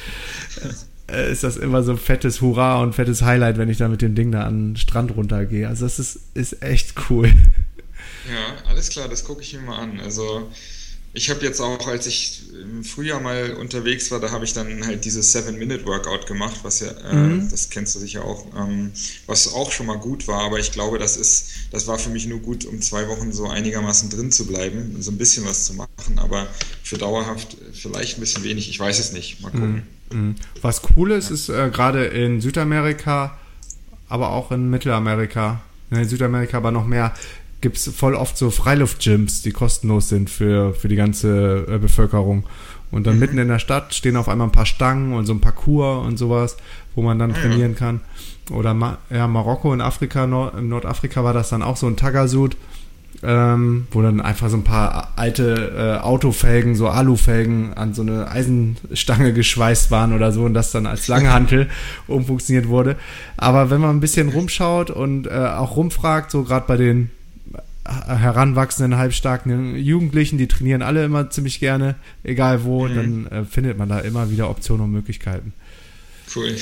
Ist das immer so ein fettes Hurra und fettes Highlight, wenn ich da mit dem Ding da an den Strand runtergehe. Also das ist echt cool. Ja, alles klar, das gucke ich mir mal an. Also ich habe jetzt auch, als ich im Frühjahr mal unterwegs war, da habe ich dann halt dieses 7-Minute-Workout gemacht, was ja, das kennst du sicher auch, was auch schon mal gut war, aber ich glaube, das war für mich nur gut, um 2 Wochen so einigermaßen drin zu bleiben, so ein bisschen was zu machen, aber für dauerhaft vielleicht ein bisschen wenig, ich weiß es nicht, mal gucken. Was cool ist gerade in Südamerika, aber auch in Mittelamerika, in Südamerika aber noch mehr, gibt es voll oft so Freiluft-Gyms, die kostenlos sind für die ganze Bevölkerung. Und dann mitten in der Stadt stehen auf einmal ein paar Stangen und so ein Parcours und sowas, wo man dann trainieren kann. Oder Marokko in Afrika, in Nordafrika war das dann auch so ein Tagasud, wo dann einfach so ein paar alte Autofelgen, so Alufelgen an so eine Eisenstange geschweißt waren oder so und das dann als Langhantel umfunktioniert wurde. Aber wenn man ein bisschen rumschaut und auch rumfragt, so gerade bei den heranwachsenden, halbstarken Jugendlichen, die trainieren alle immer ziemlich gerne, egal wo, dann findet man da immer wieder Optionen und Möglichkeiten. Cool.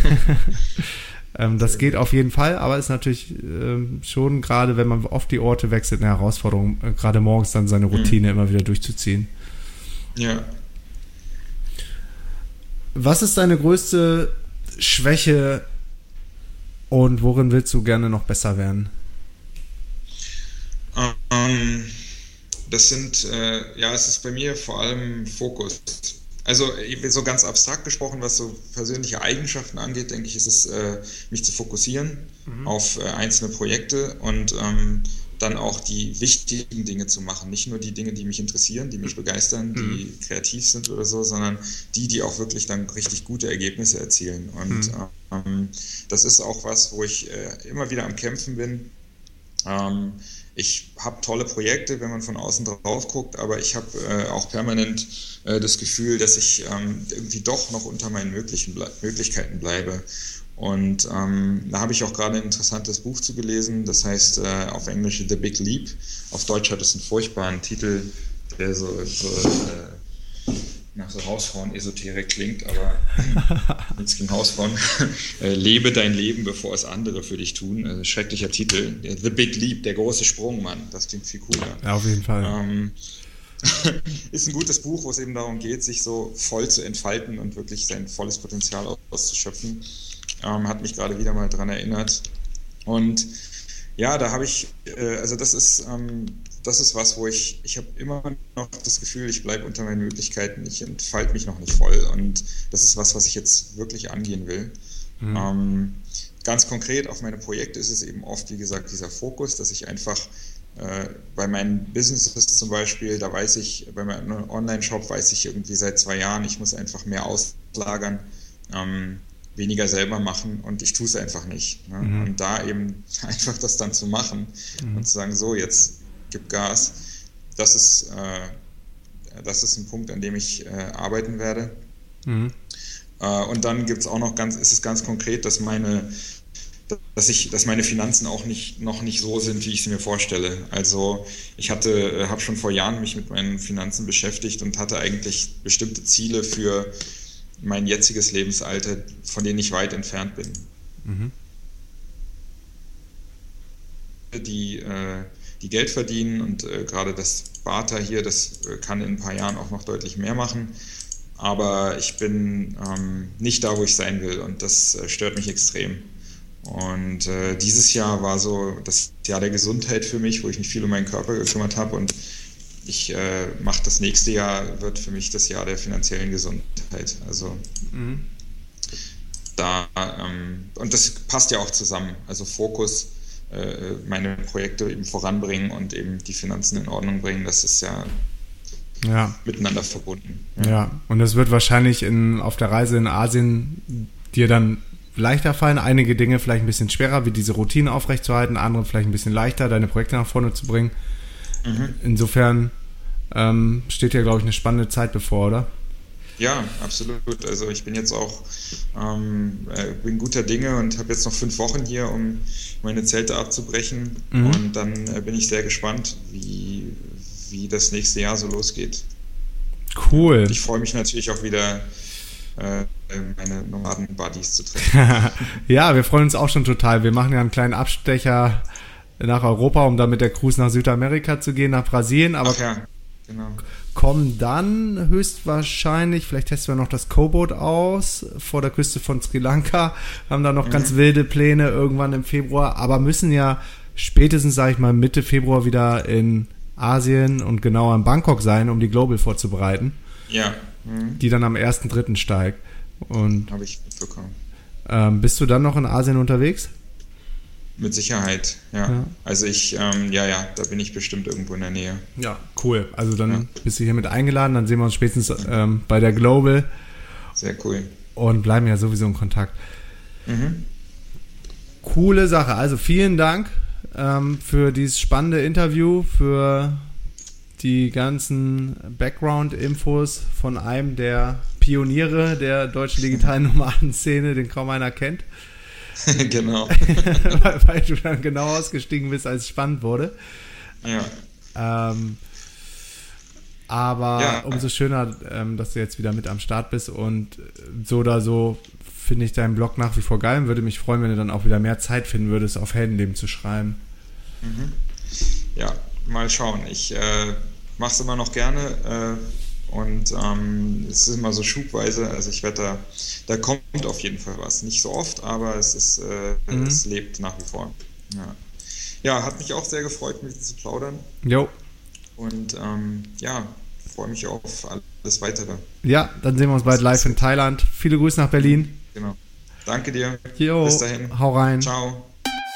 Das geht auf jeden Fall, aber ist natürlich schon, gerade wenn man oft die Orte wechselt, eine Herausforderung, gerade morgens dann seine Routine immer wieder durchzuziehen. Ja. Was ist deine größte Schwäche und worin willst du gerne noch besser werden? Das sind, es ist bei mir vor allem Fokus. Also so ganz abstrakt gesprochen, was so persönliche Eigenschaften angeht, denke ich, ist es, mich zu fokussieren auf einzelne Projekte und dann auch die wichtigen Dinge zu machen. Nicht nur die Dinge, die mich interessieren, die mich begeistern, die kreativ sind oder so, sondern die auch wirklich dann richtig gute Ergebnisse erzielen. Und das ist auch was, wo ich immer wieder am Kämpfen bin. Ich habe tolle Projekte, wenn man von außen drauf guckt, aber ich habe auch permanent das Gefühl, dass ich irgendwie doch noch unter meinen Möglichkeiten bleibe. Und da habe ich auch gerade ein interessantes Buch zu gelesen, das heißt auf Englisch The Big Leap. Auf Deutsch hat es einen furchtbaren Titel, der so nach so Hausfrauen-Esoterik klingt, aber nichts gegen Hausfrauen. Lebe dein Leben, bevor es andere für dich tun. Schrecklicher Titel. The Big Leap, der große Sprung, Mann. Das klingt viel cooler. Ja, auf jeden Fall. Ist ein gutes Buch, wo es eben darum geht, sich so voll zu entfalten und wirklich sein volles Potenzial auszuschöpfen. Hat mich gerade wieder mal dran erinnert. Und ja, da habe ich, das ist was, wo ich habe immer noch das Gefühl, ich bleibe unter meinen Möglichkeiten, ich entfalte mich noch nicht voll und das ist was ich jetzt wirklich angehen will. ganz konkret auf meine Projekte ist es eben oft, wie gesagt, dieser Fokus, dass ich einfach bei meinen Businesses zum Beispiel, da weiß ich, bei meinem Online-Shop weiß ich irgendwie seit 2 Jahren, ich muss einfach mehr auslagern, weniger selber machen und ich tue es einfach nicht. Ne? Und da eben einfach das dann zu machen und zu sagen, so, jetzt gib Gas, das ist ein Punkt, an dem ich arbeiten werde. Und dann gibt's auch noch ist es ganz konkret, dass meine Finanzen auch noch nicht so sind, wie ich sie mir vorstelle. Also ich habe schon vor Jahren mich mit meinen Finanzen beschäftigt und hatte eigentlich bestimmte Ziele für mein jetziges Lebensalter, von denen ich weit entfernt bin. Die Geld verdienen und gerade das Barter hier, das kann in ein paar Jahren auch noch deutlich mehr machen. Aber ich bin nicht da, wo ich sein will und das stört mich extrem. Und dieses Jahr war so das Jahr der Gesundheit für mich, wo ich mich viel um meinen Körper gekümmert habe und ich mache das nächste Jahr, wird für mich das Jahr der finanziellen Gesundheit. Also und das passt ja auch zusammen. Also Fokus, meine Projekte eben voranbringen und eben die Finanzen in Ordnung bringen, das ist ja miteinander verbunden. Ja, und das wird wahrscheinlich auf der Reise in Asien dir dann leichter fallen. Einige Dinge vielleicht ein bisschen schwerer, wie diese Routine aufrechtzuerhalten, andere vielleicht ein bisschen leichter, deine Projekte nach vorne zu bringen. Insofern steht dir, glaube ich, eine spannende Zeit bevor, oder? Ja, absolut. Also ich bin jetzt auch bin guter Dinge und habe jetzt noch 5 Wochen hier, um meine Zelte abzubrechen. Und dann bin ich sehr gespannt, wie das nächste Jahr so losgeht. Cool. Ich freue mich natürlich auch wieder, meine Nomaden-Buddies zu treffen. Ja, wir freuen uns auch schon total. Wir machen ja einen kleinen Abstecher nach Europa, um dann mit der Cruise nach Südamerika zu gehen, nach Brasilien. Aber genau. Kommen dann höchstwahrscheinlich, vielleicht testen wir noch das Co-Boot aus vor der Küste von Sri Lanka, haben da noch ganz wilde Pläne irgendwann im Februar, aber müssen ja spätestens, sage ich mal, Mitte Februar wieder in Asien und genauer in Bangkok sein, um die Global vorzubereiten. Ja. Die dann am 1.3. steigt. Habe ich mitbekommen. Bist du dann noch in Asien unterwegs? Mit Sicherheit, ja. Also da bin ich bestimmt irgendwo in der Nähe. Ja, cool. Also dann bist du hier mit eingeladen, dann sehen wir uns spätestens bei der Global. Sehr cool. Und bleiben ja sowieso in Kontakt. Coole Sache. Also vielen Dank für dieses spannende Interview, für die ganzen Background-Infos von einem der Pioniere der deutschen digitalen Nomadenszene, den kaum einer kennt. Genau. weil du dann genau ausgestiegen bist, als es spannend wurde. Ja. Aber umso schöner, dass du jetzt wieder mit am Start bist und so oder so finde ich deinen Blog nach wie vor geil und würde mich freuen, wenn du dann auch wieder mehr Zeit finden würdest, auf Heldenleben zu schreiben. Ja, mal schauen. Ich mache es immer noch gerne und es ist immer so schubweise, also ich werde da kommt auf jeden Fall was. Nicht so oft, aber es lebt nach wie vor. Ja, hat mich auch sehr gefreut, mit dir zu plaudern. Jo. Und freue mich auf alles Weitere. Ja, dann sehen wir uns bald live in Thailand. Viele Grüße nach Berlin. Genau. Danke dir. Jo, bis dahin. Hau rein. Ciao.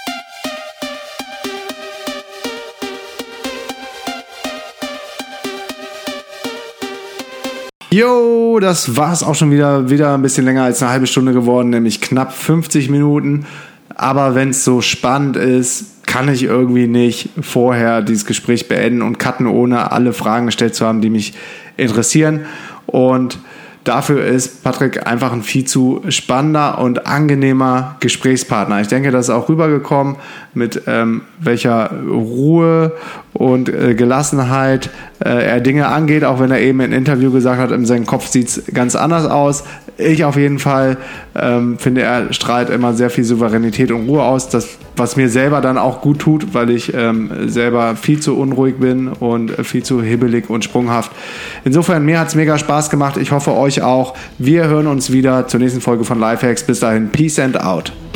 Jo, das war's auch schon wieder ein bisschen länger als eine halbe Stunde geworden, nämlich knapp 50 Minuten. Aber wenn es so spannend ist, kann ich irgendwie nicht vorher dieses Gespräch beenden und cutten, ohne alle Fragen gestellt zu haben, die mich interessieren. Und dafür ist Patrick einfach ein viel zu spannender und angenehmer Gesprächspartner. Ich denke, das ist auch rübergekommen, mit welcher Ruhe und Gelassenheit er Dinge angeht, auch wenn er eben im Interview gesagt hat, in seinem Kopf sieht es ganz anders aus. Ich auf jeden Fall finde, er strahlt immer sehr viel Souveränität und Ruhe aus, was mir selber dann auch gut tut, weil ich selber viel zu unruhig bin und viel zu hibbelig und sprunghaft. Insofern, mir hat es mega Spaß gemacht. Ich hoffe, euch auch. Wir hören uns wieder zur nächsten Folge von Lifehacks. Bis dahin, Peace and out.